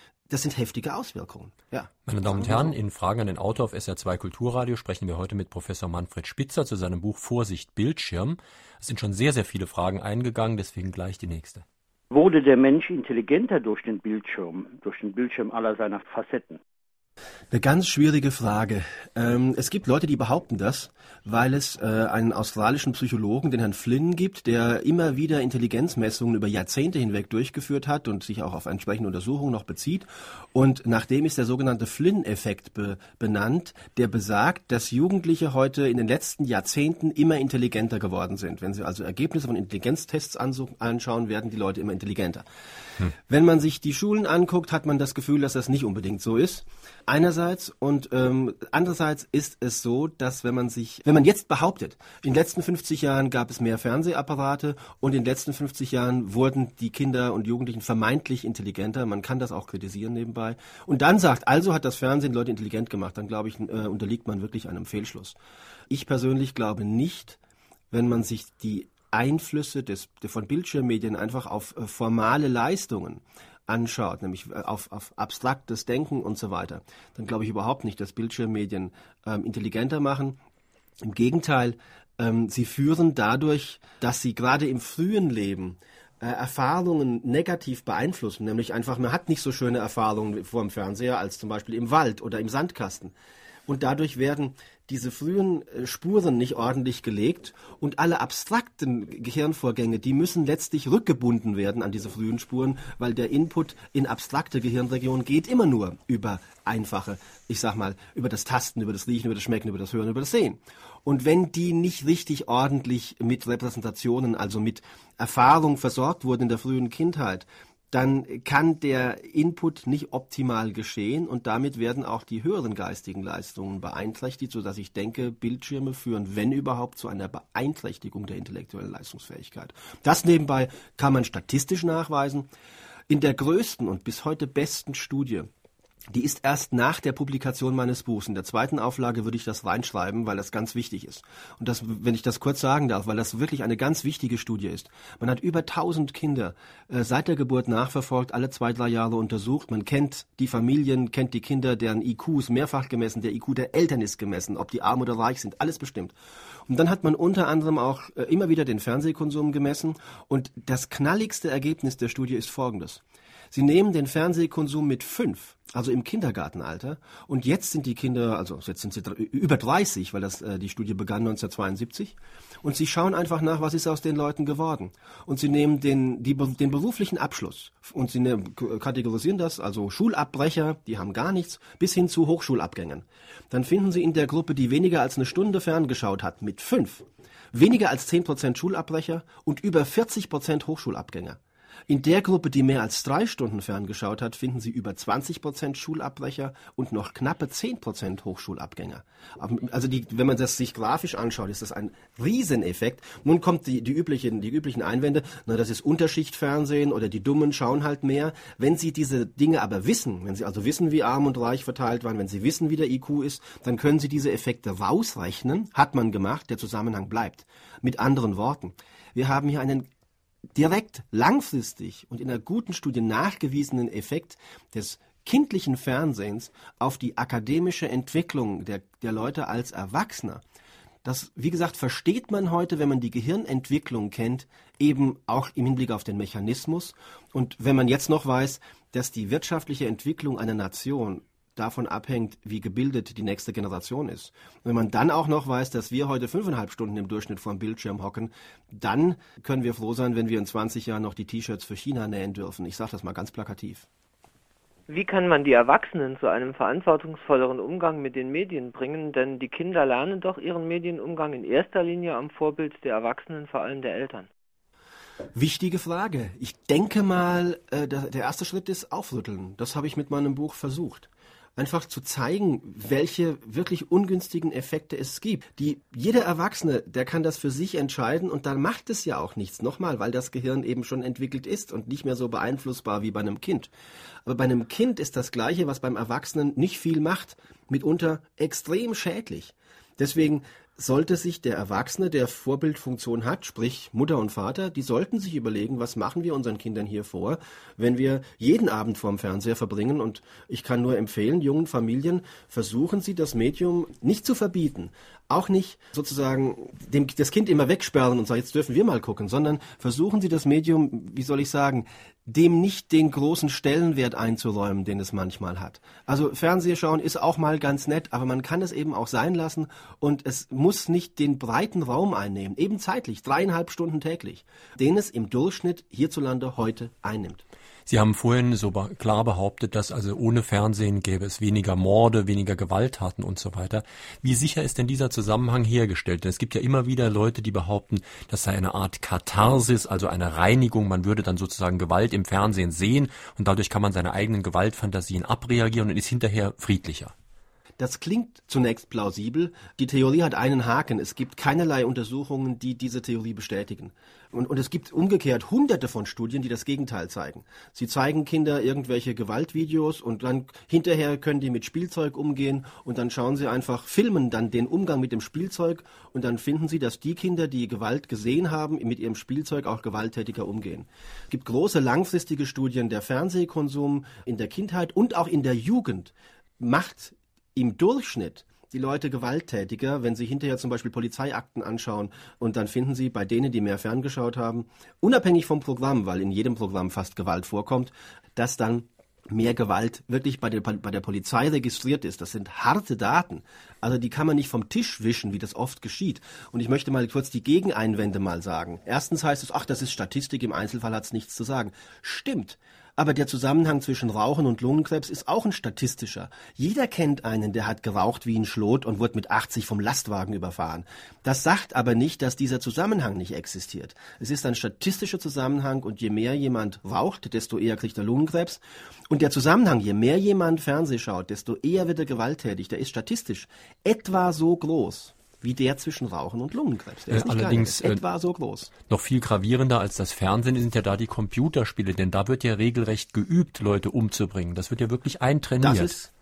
heftige Auswirkungen. Ja. Meine Damen und Herren, in Fragen an den Autor auf SR2 Kulturradio sprechen wir heute mit Professor Manfred Spitzer zu seinem Buch Vorsicht Bildschirm. Es sind schon sehr, sehr viele Fragen eingegangen, deswegen gleich die nächste. Wurde der Mensch intelligenter durch den Bildschirm aller seiner Facetten? Eine ganz schwierige Frage. Es gibt Leute, die behaupten das, weil es einen australischen Psychologen, den Herrn Flynn, gibt, der immer wieder Intelligenzmessungen über Jahrzehnte hinweg durchgeführt hat und sich auch auf entsprechende Untersuchungen noch bezieht. Und nach dem ist der sogenannte Flynn-Effekt benannt, der besagt, dass Jugendliche heute in den letzten Jahrzehnten immer intelligenter geworden sind. Wenn Sie also Ergebnisse von Intelligenztests anschauen, werden die Leute immer intelligenter. Wenn man sich die Schulen anguckt, hat man das Gefühl, dass das nicht unbedingt so ist. Einerseits und andererseits ist es so, dass wenn man jetzt behauptet, in den letzten 50 Jahren gab es mehr Fernsehapparate und in den letzten 50 Jahren wurden die Kinder und Jugendlichen vermeintlich intelligenter, man kann das auch kritisieren nebenbei, und dann sagt, also hat das Fernsehen Leute intelligent gemacht, dann glaube ich, unterliegt man wirklich einem Fehlschluss. Ich persönlich glaube nicht, wenn man sich die Einflüsse von Bildschirmmedien einfach auf formale Leistungen anschaut, nämlich auf abstraktes Denken und so weiter, dann glaube ich überhaupt nicht, dass Bildschirmmedien intelligenter machen. Im Gegenteil, sie führen dadurch, dass sie gerade im frühen Leben Erfahrungen negativ beeinflussen, nämlich einfach, man hat nicht so schöne Erfahrungen vor dem Fernseher als zum Beispiel im Wald oder im Sandkasten. Und dadurch werden diese frühen Spuren nicht ordentlich gelegt und alle abstrakten Gehirnvorgänge, die müssen letztlich rückgebunden werden an diese frühen Spuren, weil der Input in abstrakte Gehirnregionen geht immer nur über einfache, über das Tasten, über das Riechen, über das Schmecken, über das Hören, über das Sehen. Und wenn die nicht richtig ordentlich mit Repräsentationen, also mit Erfahrung versorgt wurden in der frühen Kindheit, dann kann der Input nicht optimal geschehen und damit werden auch die höheren geistigen Leistungen beeinträchtigt, sodass ich denke, Bildschirme führen, wenn überhaupt, zu einer Beeinträchtigung der intellektuellen Leistungsfähigkeit. Das nebenbei kann man statistisch nachweisen. In der größten und bis heute besten Studie, die ist erst nach der Publikation meines Buchs. In der zweiten Auflage würde ich das reinschreiben, weil das ganz wichtig ist. Und das, wenn ich das kurz sagen darf, weil das wirklich eine ganz wichtige Studie ist. Man hat über 1000 Kinder seit der Geburt nachverfolgt, alle 2-3 Jahre untersucht. Man kennt die Familien, kennt die Kinder, deren IQs mehrfach gemessen, der IQ der Eltern ist gemessen, ob die arm oder reich sind, alles bestimmt. Und dann hat man unter anderem auch immer wieder den Fernsehkonsum gemessen. Und das knalligste Ergebnis der Studie ist folgendes. Sie nehmen den Fernsehkonsum mit 5, also im Kindergartenalter, und jetzt sind die Kinder, also jetzt sind sie über 30, weil die Studie begann 1972, und sie schauen einfach nach, was ist aus den Leuten geworden. Und sie nehmen den beruflichen Abschluss und sie kategorisieren das, also Schulabbrecher, die haben gar nichts, bis hin zu Hochschulabgängern. Dann finden Sie in der Gruppe, die weniger als eine Stunde ferngeschaut hat, mit 5, weniger als 10% Schulabbrecher und über 40% Hochschulabgänger. In der Gruppe, die mehr als 3 Stunden ferngeschaut hat, finden Sie über 20% Schulabbrecher und noch knappe 10% Hochschulabgänger. Also wenn man das sich grafisch anschaut, ist das ein Rieseneffekt. Nun kommt die üblichen Einwände, das ist Unterschichtfernsehen oder die Dummen schauen halt mehr. Wenn Sie diese Dinge aber wissen, wenn Sie also wissen, wie arm und reich verteilt waren, wenn Sie wissen, wie der IQ ist, dann können Sie diese Effekte rausrechnen, hat man gemacht, der Zusammenhang bleibt. Mit anderen Worten, wir haben hier einen direkt langfristig und in einer guten Studie nachgewiesenen Effekt des kindlichen Fernsehens auf die akademische Entwicklung der Leute als Erwachsener. Das, wie gesagt, versteht man heute, wenn man die Gehirnentwicklung kennt, eben auch im Hinblick auf den Mechanismus. Und wenn man jetzt noch weiß, dass die wirtschaftliche Entwicklung einer Nation davon abhängt, wie gebildet die nächste Generation ist. Und wenn man dann auch noch weiß, dass wir heute 5,5 Stunden im Durchschnitt vor dem Bildschirm hocken, dann können wir froh sein, wenn wir in 20 Jahren noch die T-Shirts für China nähen dürfen. Ich sage das mal ganz plakativ. Wie kann man die Erwachsenen zu einem verantwortungsvolleren Umgang mit den Medien bringen? Denn die Kinder lernen doch ihren Medienumgang in erster Linie am Vorbild der Erwachsenen, vor allem der Eltern. Wichtige Frage. Ich denke mal, der erste Schritt ist aufrütteln. Das habe ich mit meinem Buch versucht. Einfach zu zeigen, welche wirklich ungünstigen Effekte es gibt. Jeder Erwachsene, der kann das für sich entscheiden und dann macht es ja auch nichts. Nochmal, weil das Gehirn eben schon entwickelt ist und nicht mehr so beeinflussbar wie bei einem Kind. Aber bei einem Kind ist das Gleiche, was beim Erwachsenen nicht viel macht, mitunter extrem schädlich. Deswegen sollte sich der Erwachsene, der Vorbildfunktion hat, sprich Mutter und Vater, die sollten sich überlegen, was machen wir unseren Kindern hier vor, wenn wir jeden Abend vorm Fernseher verbringen. Und ich kann nur empfehlen, jungen Familien, versuchen Sie das Medium nicht zu verbieten, auch nicht sozusagen das Kind immer wegsperren und sagen, jetzt dürfen wir mal gucken, sondern versuchen Sie das Medium, wie soll ich sagen, dem nicht den großen Stellenwert einzuräumen, den es manchmal hat. Also Fernsehschauen ist auch mal ganz nett, aber man kann es eben auch sein lassen und es muss nicht den breiten Raum einnehmen, eben zeitlich, 3,5 Stunden täglich, den es im Durchschnitt hierzulande heute einnimmt. Sie haben vorhin so klar behauptet, dass also ohne Fernsehen gäbe es weniger Morde, weniger Gewalttaten und so weiter. Wie sicher ist denn dieser Zusammenhang hergestellt? Denn es gibt ja immer wieder Leute, die behaupten, das sei eine Art Katharsis, also eine Reinigung. Man würde dann sozusagen Gewalt im Fernsehen sehen und dadurch kann man seine eigenen Gewaltfantasien abreagieren und ist hinterher friedlicher. Das klingt zunächst plausibel. Die Theorie hat einen Haken. Es gibt keinerlei Untersuchungen, die diese Theorie bestätigen. Und es gibt umgekehrt hunderte von Studien, die das Gegenteil zeigen. Sie zeigen Kinder irgendwelche Gewaltvideos und dann hinterher können die mit Spielzeug umgehen und dann schauen sie einfach, filmen dann den Umgang mit dem Spielzeug und dann finden sie, dass die Kinder, die Gewalt gesehen haben, mit ihrem Spielzeug auch gewalttätiger umgehen. Es gibt große langfristige Studien, der Fernsehkonsum in der Kindheit und auch in der Jugend macht im Durchschnitt die Leute gewalttätiger, wenn sie hinterher zum Beispiel Polizeiakten anschauen und dann finden sie bei denen, die mehr ferngeschaut haben, unabhängig vom Programm, weil in jedem Programm fast Gewalt vorkommt, dass dann mehr Gewalt wirklich bei der Polizei registriert ist. Das sind harte Daten. Also die kann man nicht vom Tisch wischen, wie das oft geschieht. Und ich möchte mal kurz die Gegeneinwände mal sagen. Erstens heißt es, das ist Statistik, im Einzelfall hat es nichts zu sagen. Stimmt. Aber der Zusammenhang zwischen Rauchen und Lungenkrebs ist auch ein statistischer. Jeder kennt einen, der hat geraucht wie ein Schlot und wurde mit 80 vom Lastwagen überfahren. Das sagt aber nicht, dass dieser Zusammenhang nicht existiert. Es ist ein statistischer Zusammenhang und je mehr jemand raucht, desto eher kriegt er Lungenkrebs. Und der Zusammenhang, je mehr jemand Fernseh schaut, desto eher wird er gewalttätig. Der ist statistisch etwa so groß wie der zwischen Rauchen und Lungenkrebs. Der ist nicht allerdings klein, ist etwa so groß. Noch viel gravierender als das Fernsehen sind ja da die Computerspiele, denn da wird ja regelrecht geübt, Leute umzubringen. Das wird ja wirklich eintrainiert.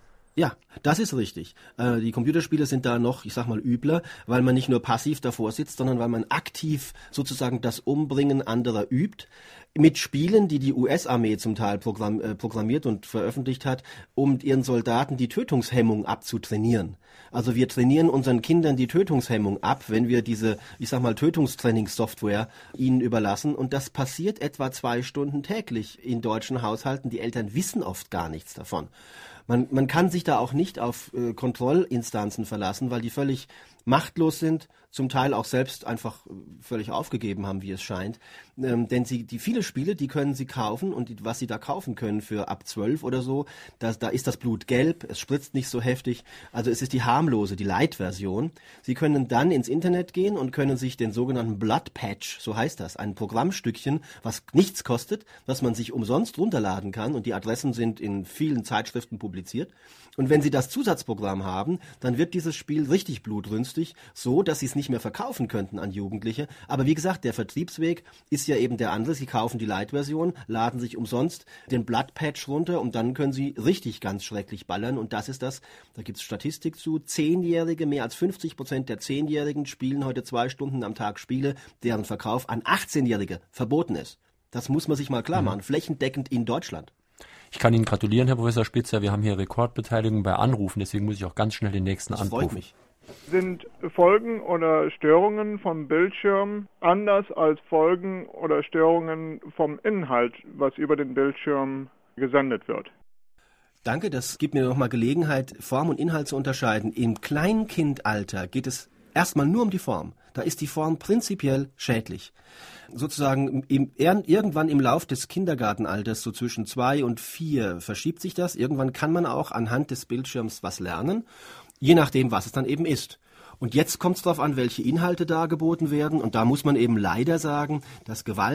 Das ist richtig. Die Computerspiele sind da noch, ich sag mal, übler, weil man nicht nur passiv davor sitzt, sondern weil man aktiv sozusagen das Umbringen anderer übt. Mit Spielen, die die US-Armee zum Teil programmiert und veröffentlicht hat, um ihren Soldaten die Tötungshemmung abzutrainieren. Also wir trainieren unseren Kindern die Tötungshemmung ab, wenn wir diese, ich sag mal, Tötungstrainingssoftware ihnen überlassen. Und das passiert etwa 2 Stunden täglich in deutschen Haushalten. Die Eltern wissen oft gar nichts davon. Man kann sich da auch nicht auf Kontrollinstanzen verlassen, weil die völlig machtlos sind, zum Teil auch selbst einfach völlig aufgegeben haben, wie es scheint. Denn viele Spiele, die können sie kaufen und was sie da kaufen können für ab 12 oder so, da ist das Blut gelb, es spritzt nicht so heftig. Also es ist die harmlose, die Light-Version. Sie können dann ins Internet gehen und können sich den sogenannten Blood Patch, so heißt das, ein Programmstückchen, was nichts kostet, was man sich umsonst runterladen kann und die Adressen sind in vielen Zeitschriften publiziert. Und wenn Sie das Zusatzprogramm haben, dann wird dieses Spiel richtig blutrünstig, so dass Sie es nicht mehr verkaufen könnten an Jugendliche. Aber wie gesagt, der Vertriebsweg ist ja eben der andere. Sie kaufen die Light-Version, laden sich umsonst den Blood Patch runter und dann können Sie richtig ganz schrecklich ballern. Und das ist das, da gibt es Statistik zu, 10-Jährige, mehr als 50% der 10-Jährigen spielen heute 2 Stunden am Tag Spiele, deren Verkauf an 18-Jährige verboten ist. Das muss man sich mal klar machen, flächendeckend in Deutschland. Ich kann Ihnen gratulieren, Herr Professor Spitzer. Wir haben hier Rekordbeteiligung bei Anrufen, deswegen muss ich auch ganz schnell den nächsten anrufen. Das freut mich. Sind Folgen oder Störungen vom Bildschirm anders als Folgen oder Störungen vom Inhalt, was über den Bildschirm gesendet wird? Danke, das gibt mir nochmal Gelegenheit, Form und Inhalt zu unterscheiden. Im Kleinkindalter geht es erstmal nur um die Form. Da ist die Form prinzipiell schädlich. Sozusagen irgendwann im Lauf des Kindergartenalters, so zwischen 2 und 4, verschiebt sich das. Irgendwann kann man auch anhand des Bildschirms was lernen, je nachdem, was es dann eben ist. Und jetzt kommt es darauf an, welche Inhalte dargeboten werden. Und da muss man eben leider sagen, dass Gewalt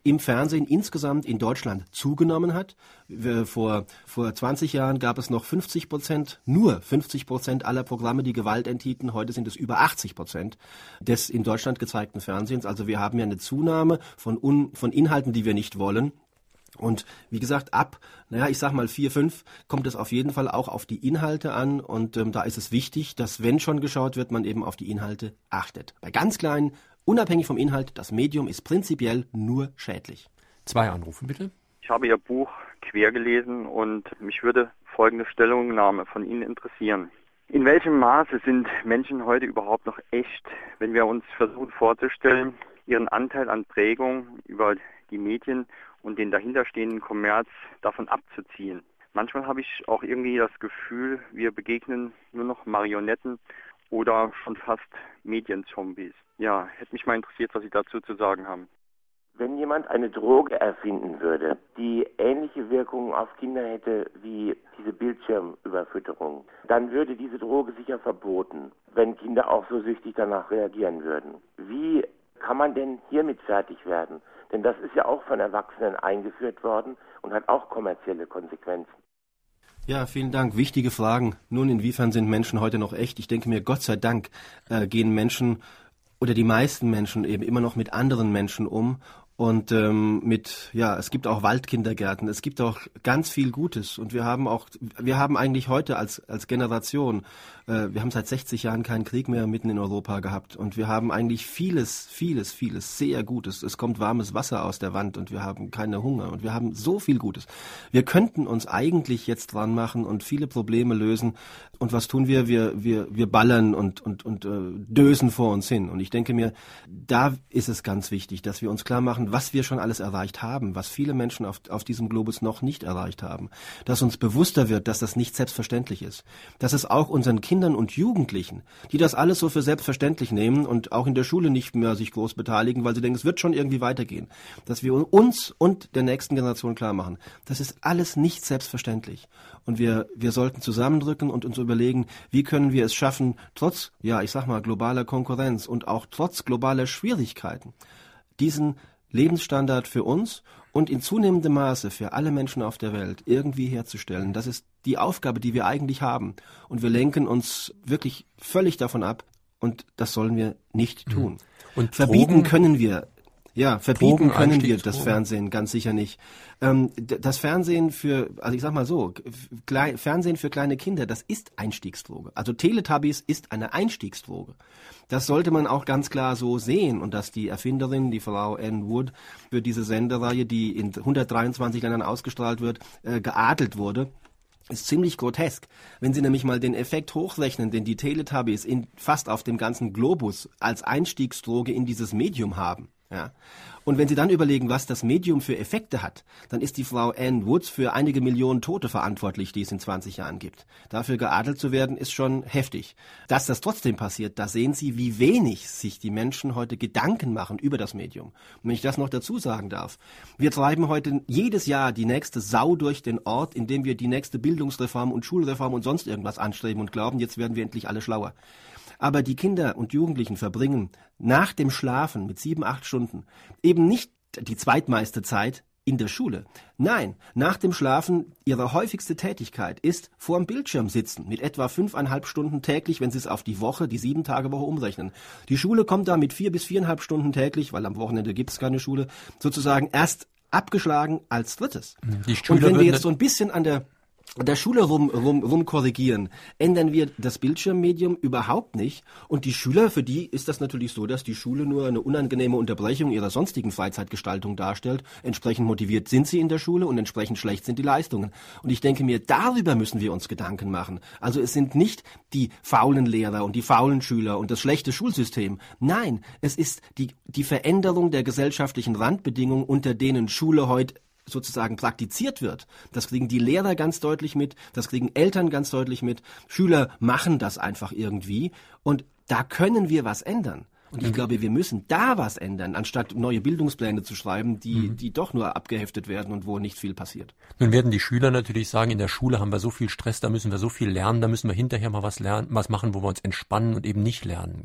im Fernsehen insgesamt in Deutschland zugenommen hat. Vor 20 Jahren gab es noch 50%, nur 50% aller Programme, die Gewalt enthielten. Heute sind es über 80% des in Deutschland gezeigten Fernsehens. Also wir haben ja eine Zunahme von Inhalten, die wir nicht wollen. Und wie gesagt, ab, ich sag mal 4, 5, kommt es auf jeden Fall auch auf die Inhalte an. Und da ist es wichtig, dass, wenn schon geschaut wird, man eben auf die Inhalte achtet. Bei ganz kleinen, unabhängig vom Inhalt, das Medium ist prinzipiell nur schädlich. 2 Anrufe, bitte. Ich habe Ihr Buch quer gelesen und mich würde folgende Stellungnahme von Ihnen interessieren. In welchem Maße sind Menschen heute überhaupt noch echt, wenn wir uns versuchen vorzustellen, ihren Anteil an Prägung über die Medien und den dahinterstehenden Kommerz davon abzuziehen? Manchmal habe ich auch irgendwie das Gefühl, wir begegnen nur noch Marionetten oder schon fast Medienzombies. Ja, hätte mich mal interessiert, was Sie dazu zu sagen haben. Wenn jemand eine Droge erfinden würde, die ähnliche Wirkungen auf Kinder hätte wie diese Bildschirmüberfütterung, dann würde diese Droge sicher verboten, wenn Kinder auch so süchtig danach reagieren würden. Wie kann man denn hiermit fertig werden? Denn das ist ja auch von Erwachsenen eingeführt worden und hat auch kommerzielle Konsequenzen. Ja, vielen Dank. Wichtige Fragen. Nun, inwiefern sind Menschen heute noch echt? Ich denke mir, Gott sei Dank gehen Menschen oder die meisten Menschen eben immer noch mit anderen Menschen um. Und es gibt auch Waldkindergärten, es gibt auch ganz viel Gutes. Und wir haben eigentlich heute als Generation, wir haben seit 60 Jahren keinen Krieg mehr mitten in Europa gehabt. Und wir haben eigentlich vieles sehr Gutes. Es kommt warmes Wasser aus der Wand und wir haben keinen Hunger und wir haben so viel Gutes. Wir könnten uns eigentlich jetzt dran machen und viele Probleme lösen. Und was tun wir? Wir ballern und dösen vor uns hin. Und ich denke mir, da ist es ganz wichtig, dass wir uns klar machen, was wir schon alles erreicht haben, was viele Menschen auf diesem Globus noch nicht erreicht haben. Dass uns bewusster wird, dass das nicht selbstverständlich ist. Dass es auch unseren Kindern und Jugendlichen, die das alles so für selbstverständlich nehmen und auch in der Schule nicht mehr sich groß beteiligen, weil sie denken, es wird schon irgendwie weitergehen. Dass wir uns und der nächsten Generation klar machen, das ist alles nicht selbstverständlich. Und wir sollten zusammendrücken und uns überlegen, wie können wir es schaffen, trotz, globaler Konkurrenz und auch trotz globaler Schwierigkeiten, diesen Lebensstandard für uns und in zunehmendem Maße für alle Menschen auf der Welt irgendwie herzustellen. Das ist die Aufgabe, die wir eigentlich haben. Und wir lenken uns wirklich völlig davon ab. Und das sollen wir nicht tun. Und verbieten können wir das Fernsehen ganz sicher nicht. Das Fernsehen Fernsehen für kleine Kinder, das ist Einstiegsdroge. Also Teletubbies ist eine Einstiegsdroge. Das sollte man auch ganz klar so sehen und dass die Erfinderin, die Frau Ann Wood, für diese Sendereihe, die in 123 Ländern ausgestrahlt wird, geadelt wurde, ist ziemlich grotesk. Wenn Sie nämlich mal den Effekt hochrechnen, den die Teletubbies fast auf dem ganzen Globus als Einstiegsdroge in dieses Medium haben, ja. Und wenn Sie dann überlegen, was das Medium für Effekte hat, dann ist die Frau Ann Woods für einige Millionen Tote verantwortlich, die es in 20 Jahren gibt. Dafür geadelt zu werden, ist schon heftig. Dass das trotzdem passiert, da sehen Sie, wie wenig sich die Menschen heute Gedanken machen über das Medium. Und wenn ich das noch dazu sagen darf, wir treiben heute jedes Jahr die nächste Sau durch den Ort, indem wir die nächste Bildungsreform und Schulreform und sonst irgendwas anstreben und glauben, jetzt werden wir endlich alle schlauer. Aber die Kinder und Jugendlichen verbringen nach dem Schlafen mit 7-8 Stunden eben nicht die zweitmeiste Zeit in der Schule. Nein, nach dem Schlafen ihre häufigste Tätigkeit ist vor dem Bildschirm sitzen, mit etwa 5,5 Stunden täglich, wenn sie es auf die 7-Tage-Woche umrechnen. Die Schule kommt da mit 4 bis 4,5 Stunden täglich, weil am Wochenende gibt es keine Schule, sozusagen erst abgeschlagen als drittes. Und wenn wir jetzt so ein bisschen an der Schule rum korrigieren, ändern wir das Bildschirmmedium überhaupt nicht. Und die Schüler, für die ist das natürlich so, dass die Schule nur eine unangenehme Unterbrechung ihrer sonstigen Freizeitgestaltung darstellt. Entsprechend motiviert sind sie in der Schule und entsprechend schlecht sind die Leistungen. Und ich denke mir, darüber müssen wir uns Gedanken machen. Also es sind nicht die faulen Lehrer und die faulen Schüler und das schlechte Schulsystem. Nein, es ist die Veränderung der gesellschaftlichen Randbedingungen, unter denen Schule heute sozusagen praktiziert wird. Das kriegen die Lehrer ganz deutlich mit, das kriegen Eltern ganz deutlich mit. Schüler machen das einfach irgendwie und da können wir was ändern. Und ich glaube, wir müssen da was ändern, anstatt neue Bildungspläne zu schreiben, die doch nur abgeheftet werden und wo nicht viel passiert. Nun werden die Schüler natürlich sagen, in der Schule haben wir so viel Stress, da müssen wir so viel lernen, da müssen wir hinterher mal was machen, wo wir uns entspannen und eben nicht lernen.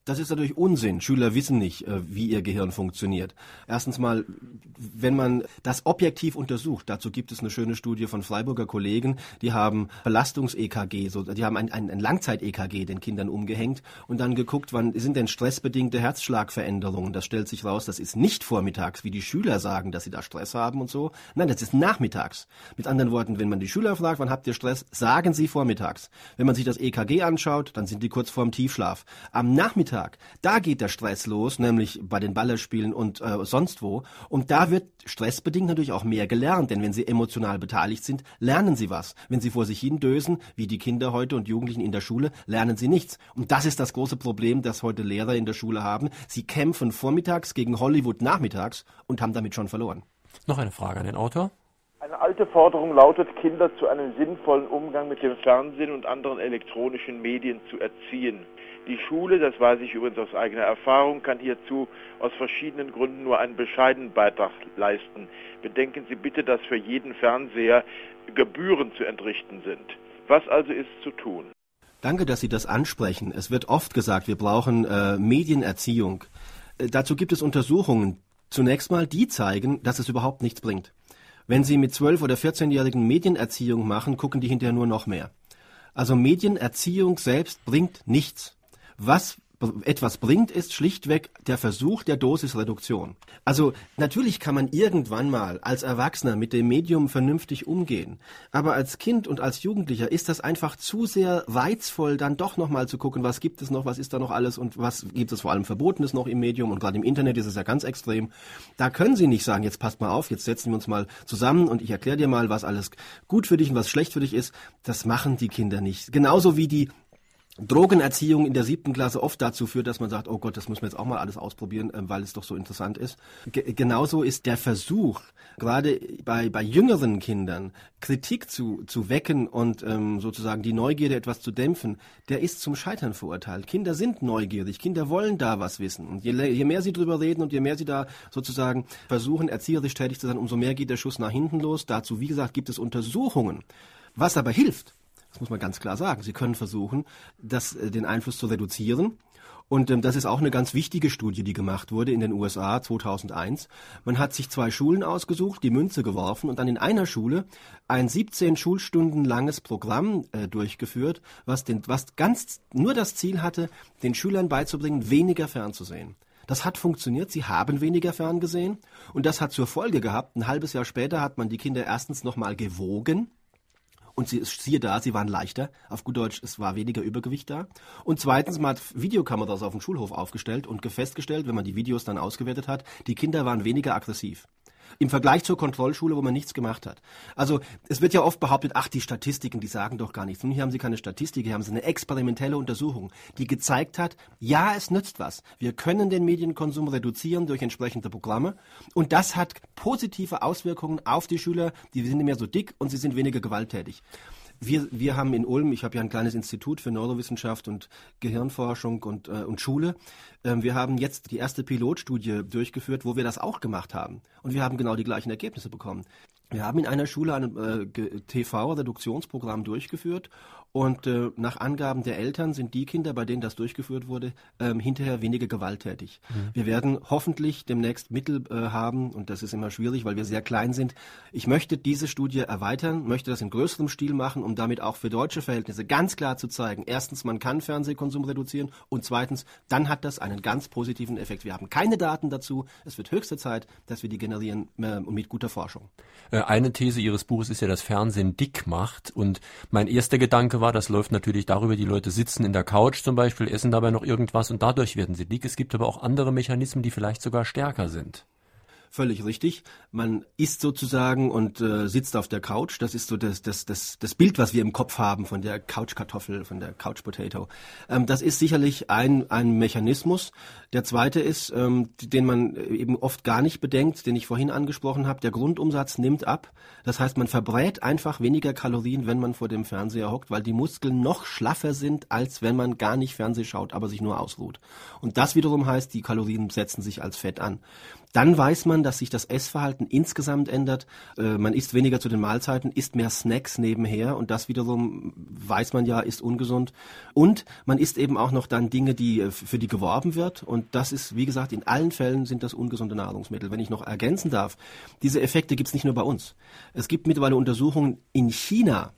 Das ist natürlich Unsinn. Schüler wissen nicht, wie ihr Gehirn funktioniert. Erstens mal, wenn man das objektiv untersucht, dazu gibt es eine schöne Studie von Freiburger Kollegen, die haben Belastungs-EKG, die haben ein Langzeit-EKG den Kindern umgehängt und dann geguckt, wann sind denn stressbedingte Herzschlagveränderungen. Das stellt sich raus, das ist nicht vormittags, wie die Schüler sagen, dass sie da Stress haben und so. Nein, das ist nachmittags. Mit anderen Worten, wenn man die Schüler fragt, wann habt ihr Stress, sagen sie vormittags. Wenn man sich das EKG anschaut, dann sind die kurz vorm Tiefschlaf. Am Nachmittag, da geht der Stress los, nämlich bei den Ballerspielen und sonst wo. Und da wird stressbedingt natürlich auch mehr gelernt, denn wenn sie emotional beteiligt sind, lernen sie was. Wenn sie vor sich hin dösen, wie die Kinder heute und Jugendlichen in der Schule, lernen sie nichts. Und das ist das große Problem, das heute Lehrer in der Schule haben. Sie kämpfen vormittags gegen Hollywood nachmittags und haben damit schon verloren. Noch eine Frage an den Autor. Eine alte Forderung lautet, Kinder zu einem sinnvollen Umgang mit dem Fernsehen und anderen elektronischen Medien zu erziehen. Die Schule, das weiß ich übrigens aus eigener Erfahrung, kann hierzu aus verschiedenen Gründen nur einen bescheidenen Beitrag leisten. Bedenken Sie bitte, dass für jeden Fernseher Gebühren zu entrichten sind. Was also ist zu tun? Danke, dass Sie das ansprechen. Es wird oft gesagt, wir brauchen Medienerziehung. Dazu gibt es Untersuchungen. Zunächst mal, die zeigen, dass es überhaupt nichts bringt. Wenn Sie mit 12- oder 14-Jährigen Medienerziehung machen, gucken die hinterher nur noch mehr. Also Medienerziehung selbst bringt nichts. Was etwas bringt, ist schlichtweg der Versuch der Dosisreduktion. Also natürlich kann man irgendwann mal als Erwachsener mit dem Medium vernünftig umgehen. Aber als Kind und als Jugendlicher ist das einfach zu sehr reizvoll, dann doch nochmal zu gucken, was gibt es noch, was ist da noch alles und was gibt es vor allem Verbotenes noch im Medium. Und gerade im Internet ist es ja ganz extrem. Da können Sie nicht sagen, jetzt passt mal auf, jetzt setzen wir uns mal zusammen und ich erkläre dir mal, was alles gut für dich und was schlecht für dich ist. Das machen die Kinder nicht. Genauso wie die Drogenerziehung in der 7. Klasse oft dazu führt, dass man sagt, oh Gott, das müssen wir jetzt auch mal alles ausprobieren, weil es doch so interessant ist. Genauso ist der Versuch, gerade bei jüngeren Kindern Kritik zu wecken und sozusagen die Neugierde etwas zu dämpfen, der ist zum Scheitern verurteilt. Kinder sind neugierig, Kinder wollen da was wissen. Und je mehr sie drüber reden und je mehr sie da sozusagen versuchen, erzieherisch tätig zu sein, umso mehr geht der Schuss nach hinten los. Dazu, wie gesagt, gibt es Untersuchungen. Was aber hilft, das muss man ganz klar sagen. Sie können versuchen, den Einfluss zu reduzieren. Und das ist auch eine ganz wichtige Studie, die gemacht wurde in den USA 2001. Man hat sich 2 Schulen ausgesucht, die Münze geworfen und dann in einer Schule ein 17 Schulstunden langes Programm durchgeführt, was ganz nur das Ziel hatte, den Schülern beizubringen, weniger fernzusehen. Das hat funktioniert, sie haben weniger ferngesehen und das hat zur Folge gehabt, ein halbes Jahr später hat man die Kinder erstens nochmal gewogen. Und siehe da, sie waren leichter. Auf gut Deutsch, es war weniger Übergewicht da. Und zweitens, man hat Videokameras auf dem Schulhof aufgestellt und festgestellt, wenn man die Videos dann ausgewertet hat, die Kinder waren weniger aggressiv. Im Vergleich zur Kontrollschule, wo man nichts gemacht hat. Also es wird ja oft behauptet, ach, die Statistiken, die sagen doch gar nichts. Nun, hier haben Sie keine Statistik, hier haben Sie eine experimentelle Untersuchung, die gezeigt hat, ja, es nützt was. Wir können den Medienkonsum reduzieren durch entsprechende Programme. Und das hat positive Auswirkungen auf die Schüler. Die sind nicht mehr so dick und sie sind weniger gewalttätig. Wir haben in Ulm, ich habe ja ein kleines Institut für Neurowissenschaft und Gehirnforschung und Schule. Wir haben jetzt die erste Pilotstudie durchgeführt, wo wir das auch gemacht haben. Und wir haben genau die gleichen Ergebnisse bekommen. Wir haben in einer Schule ein TV-Reduktionsprogramm durchgeführt und nach Angaben der Eltern sind die Kinder, bei denen das durchgeführt wurde, hinterher weniger gewalttätig. Wir werden hoffentlich demnächst Mittel haben und das ist immer schwierig, weil wir sehr klein sind. Ich möchte diese Studie erweitern, möchte das in größerem Stil machen, um damit auch für deutsche Verhältnisse ganz klar zu zeigen, erstens, man kann Fernsehkonsum reduzieren und zweitens, dann hat das einen ganz positiven Effekt. Wir haben keine Daten dazu, es wird höchste Zeit, dass wir die generieren mit guter Forschung. Eine These Ihres Buches ist ja, dass Fernsehen dick macht und mein erster Gedanke war, das läuft natürlich darüber, die Leute sitzen in der Couch zum Beispiel, essen dabei noch irgendwas und dadurch werden sie dick. Es gibt aber auch andere Mechanismen, die vielleicht sogar stärker sind. Völlig richtig. Man isst sozusagen und sitzt auf der Couch. Das ist so das Bild, was wir im Kopf haben von der Couchkartoffel, von der Couch Potato. Das ist sicherlich ein Mechanismus. Der zweite ist, den man eben oft gar nicht bedenkt, den ich vorhin angesprochen habe. Der Grundumsatz nimmt ab. Das heißt, man verbrät einfach weniger Kalorien, wenn man vor dem Fernseher hockt, weil die Muskeln noch schlaffer sind, als wenn man gar nicht Fernseh schaut, aber sich nur ausruht. Und das wiederum heißt, die Kalorien setzen sich als Fett an. dann weiß man, dass sich das Essverhalten insgesamt ändert. Man isst weniger zu den Mahlzeiten, isst mehr Snacks nebenher und das wiederum, weiß man ja, ist ungesund. Und man isst eben auch noch dann Dinge, für die geworben wird und das ist, wie gesagt, in allen Fällen sind das ungesunde Nahrungsmittel. Wenn ich noch ergänzen darf, diese Effekte gibt es nicht nur bei uns. Es gibt mittlerweile Untersuchungen in China.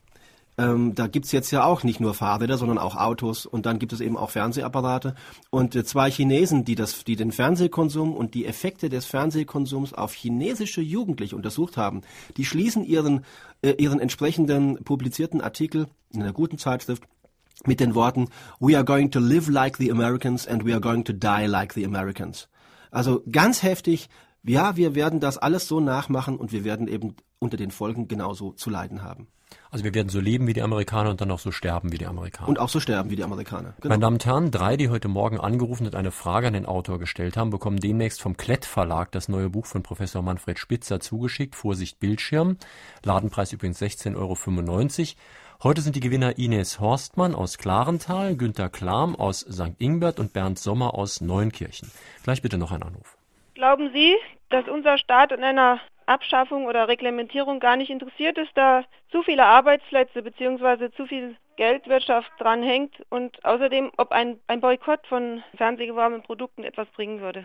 Da gibt's jetzt ja auch nicht nur Fahrräder, sondern auch Autos und dann gibt es eben auch Fernsehapparate. Und 2 Chinesen, die den Fernsehkonsum und die Effekte des Fernsehkonsums auf chinesische Jugendliche untersucht haben, die schließen ihren entsprechenden publizierten Artikel in einer guten Zeitschrift mit den Worten "We are going to live like the Americans and we are going to die like the Americans." Also ganz heftig. Ja, wir werden das alles so nachmachen und wir werden eben unter den Folgen genauso zu leiden haben. Also wir werden so leben wie die Amerikaner und dann auch so sterben wie die Amerikaner. Und auch so sterben wie die Amerikaner. Genau. Meine Damen und Herren, 3, die heute Morgen angerufen und eine Frage an den Autor gestellt haben, bekommen demnächst vom Klett Verlag das neue Buch von Professor Manfred Spitzer zugeschickt, Vorsicht Bildschirm. Ladenpreis übrigens 16,95 €. Heute sind die Gewinner Ines Horstmann aus Klarental, Günter Klam aus St. Ingbert und Bernd Sommer aus Neunkirchen. Gleich bitte noch ein Anruf. Glauben Sie, dass unser Staat an einer Abschaffung oder Reglementierung gar nicht interessiert ist, da zu viele Arbeitsplätze bzw. zu viel Geldwirtschaft dran hängt und außerdem, ob ein Boykott von fernsehgeworbenen Produkten etwas bringen würde?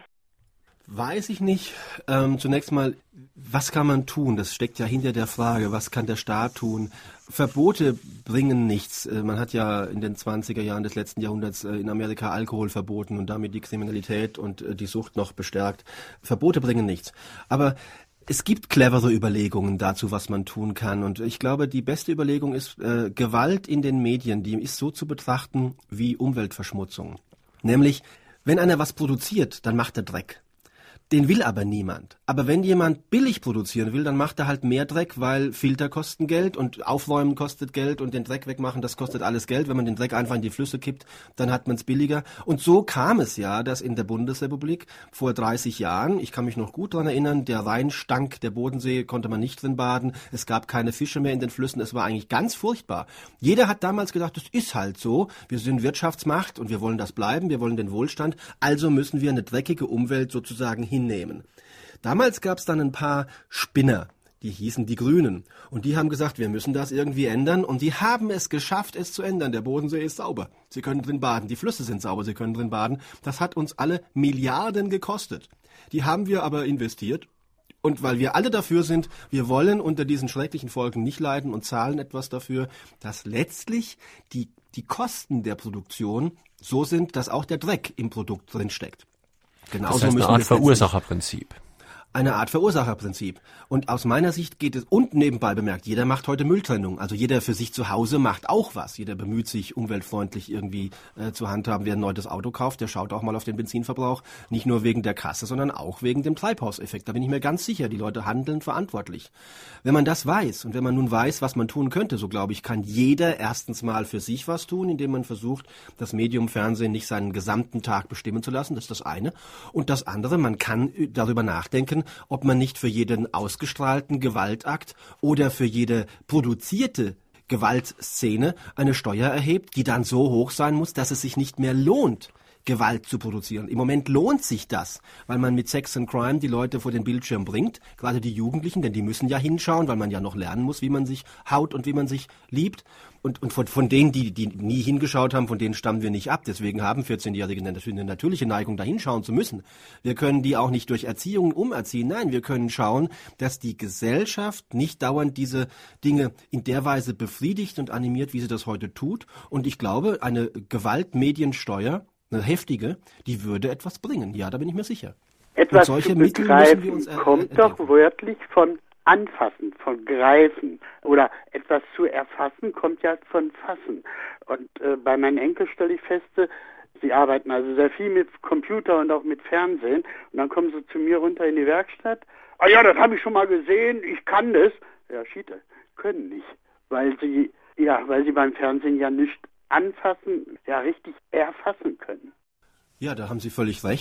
Weiß ich nicht. Zunächst mal, was kann man tun? Das steckt ja hinter der Frage, was kann der Staat tun? Verbote bringen nichts. Man hat ja in den 20er Jahren des letzten Jahrhunderts in Amerika Alkohol verboten und damit die Kriminalität und die Sucht noch bestärkt. Verbote bringen nichts. Aber es gibt clevere Überlegungen dazu, was man tun kann. Und ich glaube, die beste Überlegung ist, Gewalt in den Medien, die ist so zu betrachten wie Umweltverschmutzung. Nämlich, wenn einer was produziert, dann macht er Dreck. Den will aber niemand. Aber wenn jemand billig produzieren will, dann macht er halt mehr Dreck, weil Filter kosten Geld und Aufräumen kostet Geld und den Dreck wegmachen, das kostet alles Geld. Wenn man den Dreck einfach in die Flüsse kippt, dann hat man es billiger. Und so kam es ja, dass in der Bundesrepublik vor 30 Jahren, ich kann mich noch gut daran erinnern, der Rhein stank, der Bodensee konnte man nicht drin baden, es gab keine Fische mehr in den Flüssen, es war eigentlich ganz furchtbar. Jeder hat damals gedacht, das ist halt so, wir sind Wirtschaftsmacht und wir wollen das bleiben, wir wollen den Wohlstand, also müssen wir eine dreckige Umwelt sozusagen hinnehmen. Damals gab es dann ein paar Spinner, die hießen die Grünen. Und die haben gesagt, wir müssen das irgendwie ändern. Und die haben es geschafft, es zu ändern. Der Bodensee ist sauber. Sie können drin baden. Die Flüsse sind sauber. Sie können drin baden. Das hat uns alle Milliarden gekostet. Die haben wir aber investiert. Und weil wir alle dafür sind, wir wollen unter diesen schrecklichen Folgen nicht leiden und zahlen etwas dafür, dass letztlich die Kosten der Produktion so sind, dass auch der Dreck im Produkt drin steckt. Genauso das heißt eine Art Verursacherprinzip. Eine Art Verursacherprinzip. Und aus meiner Sicht geht es, und nebenbei bemerkt, jeder macht heute Mülltrennung. Also jeder für sich zu Hause macht auch was. Jeder bemüht sich, umweltfreundlich irgendwie zu handhaben. Wer ein neues Auto kauft, der schaut auch mal auf den Benzinverbrauch. Nicht nur wegen der Kasse, sondern auch wegen dem Treibhauseffekt. Da bin ich mir ganz sicher, die Leute handeln verantwortlich. Wenn man das weiß und wenn man nun weiß, was man tun könnte, so glaube ich, kann jeder erstens mal für sich was tun, indem man versucht, das Medium Fernsehen nicht seinen gesamten Tag bestimmen zu lassen. Das ist das eine. Und das andere, man kann darüber nachdenken, ob man nicht für jeden ausgestrahlten Gewaltakt oder für jede produzierte Gewaltszene eine Steuer erhebt, die dann so hoch sein muss, dass es sich nicht mehr lohnt, Gewalt zu produzieren. Im Moment lohnt sich das, weil man mit Sex and Crime die Leute vor den Bildschirm bringt, gerade die Jugendlichen, denn die müssen ja hinschauen, weil man ja noch lernen muss, wie man sich haut und wie man sich liebt. Und von denen, die nie hingeschaut haben, von denen stammen wir nicht ab. Deswegen haben 14-Jährige eine natürliche Neigung, da hinschauen zu müssen. Wir können die auch nicht durch Erziehung umerziehen. Nein, wir können schauen, dass die Gesellschaft nicht dauernd diese Dinge in der Weise befriedigt und animiert, wie sie das heute tut. Und ich glaube, eine Gewaltmediensteuer, eine heftige, die würde etwas bringen. Ja, da bin ich mir sicher. Etwas zu begreifen kommt doch wörtlich von Anfassen, von Greifen oder etwas zu erfassen kommt ja von Fassen. Und bei meinen Enkeln stelle ich fest, sie arbeiten also sehr viel mit Computer und auch mit Fernsehen und dann kommen sie zu mir runter in die Werkstatt. Ah ja, das habe ich schon mal gesehen, ich kann das. Ja, Schiete, können nicht, weil sie beim Fernsehen ja nicht anfassen, ja richtig erfassen können. Ja, da haben Sie völlig recht.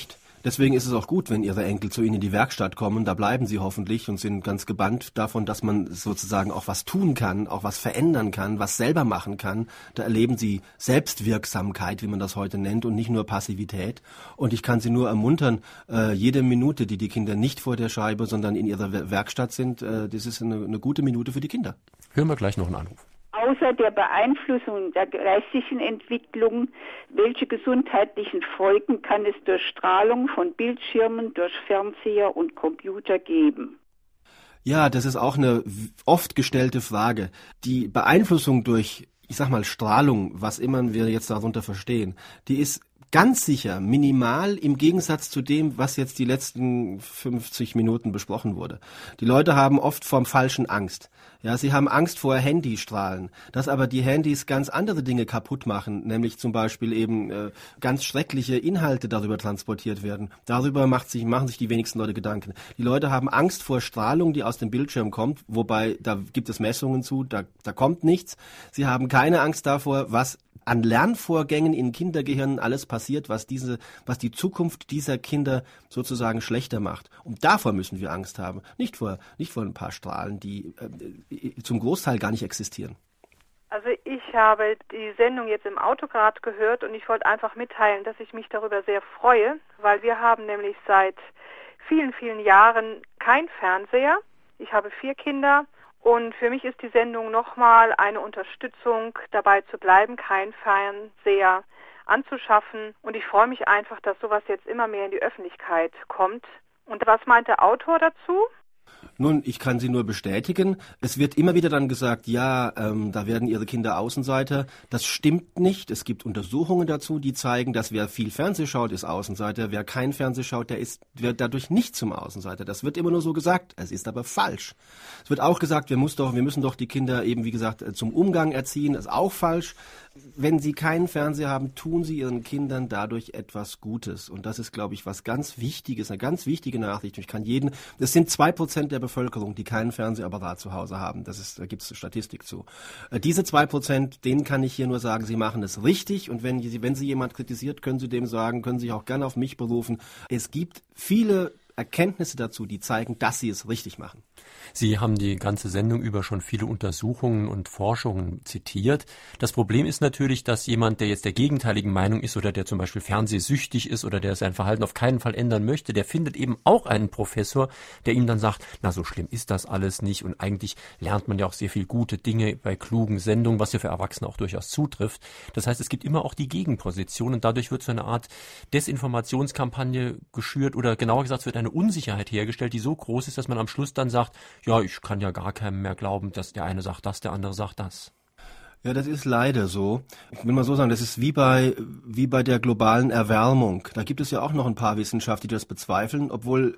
Deswegen ist es auch gut, wenn Ihre Enkel zu Ihnen in die Werkstatt kommen. Da bleiben sie hoffentlich und sind ganz gebannt davon, dass man sozusagen auch was tun kann, auch was verändern kann, was selber machen kann. Da erleben sie Selbstwirksamkeit, wie man das heute nennt, und nicht nur Passivität. Und ich kann Sie nur ermuntern, jede Minute, die Kinder nicht vor der Scheibe, sondern in ihrer Werkstatt sind, das ist eine gute Minute für die Kinder. Hören wir gleich noch einen Anruf. Außer der Beeinflussung der geistigen Entwicklung, welche gesundheitlichen Folgen kann es durch Strahlung von Bildschirmen, durch Fernseher und Computer geben? Ja, das ist auch eine oft gestellte Frage. Die Beeinflussung durch, ich sag mal, Strahlung, was immer wir jetzt darunter verstehen, die ist ganz sicher minimal im Gegensatz zu dem, was jetzt die letzten 50 Minuten besprochen wurde. Die Leute haben oft vom Falschen Angst. Ja, sie haben Angst vor Handystrahlen, dass aber die Handys ganz andere Dinge kaputt machen, nämlich zum Beispiel eben ganz schreckliche Inhalte darüber transportiert werden. Darüber machen sich die wenigsten Leute Gedanken. Die Leute haben Angst vor Strahlung, die aus dem Bildschirm kommt, wobei da gibt es Messungen zu, da kommt nichts. Sie haben keine Angst davor, was an Lernvorgängen in Kindergehirnen alles passiert, was die Zukunft dieser Kinder sozusagen schlechter macht. Und davor müssen wir Angst haben. Nicht vor ein paar Strahlen, die zum Großteil gar nicht existieren. Also ich habe die Sendung jetzt im Auto gerade gehört und ich wollte einfach mitteilen, dass ich mich darüber sehr freue, weil wir haben nämlich seit vielen, vielen Jahren kein Fernseher. Ich habe 4 Kinder. Und für mich ist die Sendung nochmal eine Unterstützung, dabei zu bleiben, keinen Fernseher anzuschaffen. Und ich freue mich einfach, dass sowas jetzt immer mehr in die Öffentlichkeit kommt. Und was meint der Autor dazu? Nun, ich kann Sie nur bestätigen. Es wird immer wieder dann gesagt, ja, da werden Ihre Kinder Außenseiter. Das stimmt nicht. Es gibt Untersuchungen dazu, die zeigen, dass wer viel Fernseh schaut, ist Außenseiter. Wer kein Fernseh schaut, wird dadurch nicht zum Außenseiter. Das wird immer nur so gesagt. Es ist aber falsch. Es wird auch gesagt, wir müssen doch die Kinder eben, wie gesagt, zum Umgang erziehen. Das ist auch falsch. Wenn Sie keinen Fernseher haben, tun Sie Ihren Kindern dadurch etwas Gutes. Und das ist, glaube ich, was ganz Wichtiges, eine ganz wichtige Nachricht. Es sind 2% der Bevölkerung, die keinen Fernsehapparat zu Hause haben. Da gibt es Statistik zu. Diese 2%, denen kann ich hier nur sagen, sie machen es richtig. Und wenn Sie jemand kritisiert, können Sie dem sagen, können Sie sich auch gerne auf mich berufen. Es gibt viele Erkenntnisse dazu, die zeigen, dass Sie es richtig machen. Sie haben die ganze Sendung über schon viele Untersuchungen und Forschungen zitiert. Das Problem ist natürlich, dass jemand, der jetzt der gegenteiligen Meinung ist oder der zum Beispiel fernsehsüchtig ist oder der sein Verhalten auf keinen Fall ändern möchte, der findet eben auch einen Professor, der ihm dann sagt, na, so schlimm ist das alles nicht und eigentlich lernt man ja auch sehr viel gute Dinge bei klugen Sendungen, was ja für Erwachsene auch durchaus zutrifft. Das heißt, es gibt immer auch die Gegenposition und dadurch wird so eine Art Desinformationskampagne geschürt oder genauer gesagt, es wird eine Unsicherheit hergestellt, die so groß ist, dass man am Schluss dann sagt, ja, ich kann ja gar keinem mehr glauben, dass der eine sagt das, der andere sagt das. Ja, das ist leider so. Ich will mal so sagen, das ist wie bei der globalen Erwärmung. Da gibt es ja auch noch ein paar Wissenschaftler, die das bezweifeln, obwohl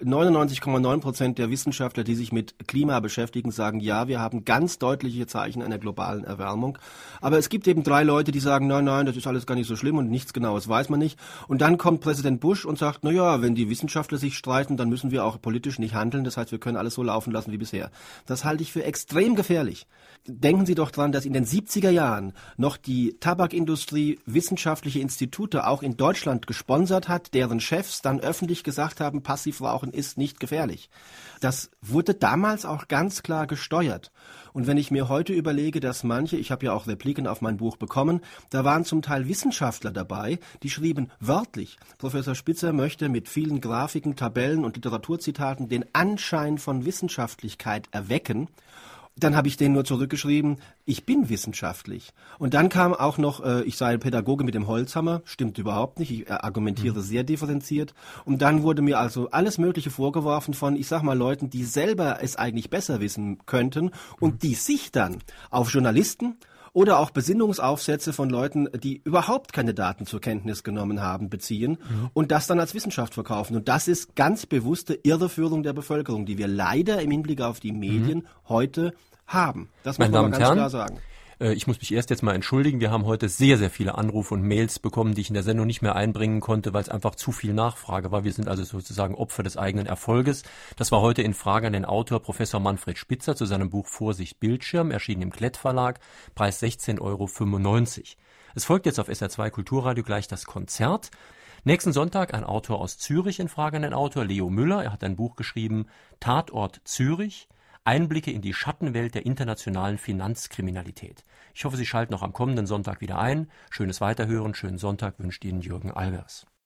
99,9% der Wissenschaftler, die sich mit Klima beschäftigen, sagen, ja, wir haben ganz deutliche Zeichen einer globalen Erwärmung. Aber es gibt eben 3 Leute, die sagen, nein, das ist alles gar nicht so schlimm und nichts Genaues weiß man nicht. Und dann kommt Präsident Bush und sagt, na ja, wenn die Wissenschaftler sich streiten, dann müssen wir auch politisch nicht handeln. Das heißt, wir können alles so laufen lassen wie bisher. Das halte ich für extrem gefährlich. Denken Sie doch dran, dass in den 70er Jahren noch die Tabakindustrie wissenschaftliche Institute auch in Deutschland gesponsert hat, deren Chefs dann öffentlich gesagt haben, Passivrauchen ist nicht gefährlich. Das wurde damals auch ganz klar gesteuert. Und wenn ich mir heute überlege, dass ich habe ja auch Repliken auf mein Buch bekommen, da waren zum Teil Wissenschaftler dabei, die schrieben wörtlich, Professor Spitzer möchte mit vielen Grafiken, Tabellen und Literaturzitaten den Anschein von Wissenschaftlichkeit erwecken. Dann habe ich denen nur zurückgeschrieben, ich bin wissenschaftlich. Und dann kam auch noch, ich sei Pädagoge mit dem Holzhammer. Stimmt überhaupt nicht. Ich argumentiere sehr differenziert. Und dann wurde mir also alles Mögliche vorgeworfen von, ich sag mal, Leuten, die selber es eigentlich besser wissen könnten und die sich dann auf Journalisten oder auch Besinnungsaufsätze von Leuten, die überhaupt keine Daten zur Kenntnis genommen haben, beziehen und das dann als Wissenschaft verkaufen. Und das ist ganz bewusste Irreführung der Bevölkerung, die wir leider im Hinblick auf die Medien heute haben. Das muss man mal ganz klar sagen. Ich muss mich jetzt mal entschuldigen. Wir haben heute sehr, sehr viele Anrufe und Mails bekommen, die ich in der Sendung nicht mehr einbringen konnte, weil es einfach zu viel Nachfrage war. Wir sind also sozusagen Opfer des eigenen Erfolges. Das war heute in Frage an den Autor Professor Manfred Spitzer zu seinem Buch Vorsicht Bildschirm, erschienen im Klett Verlag, Preis 16,95 €. Es folgt jetzt auf SR2 Kulturradio gleich das Konzert. Nächsten Sonntag ein Autor aus Zürich in Frage an den Autor, Leo Müller. Er hat ein Buch geschrieben, Tatort Zürich, Einblicke in die Schattenwelt der internationalen Finanzkriminalität. Ich hoffe, Sie schalten auch am kommenden Sonntag wieder ein. Schönes Weiterhören, schönen Sonntag wünscht Ihnen Jürgen Albers.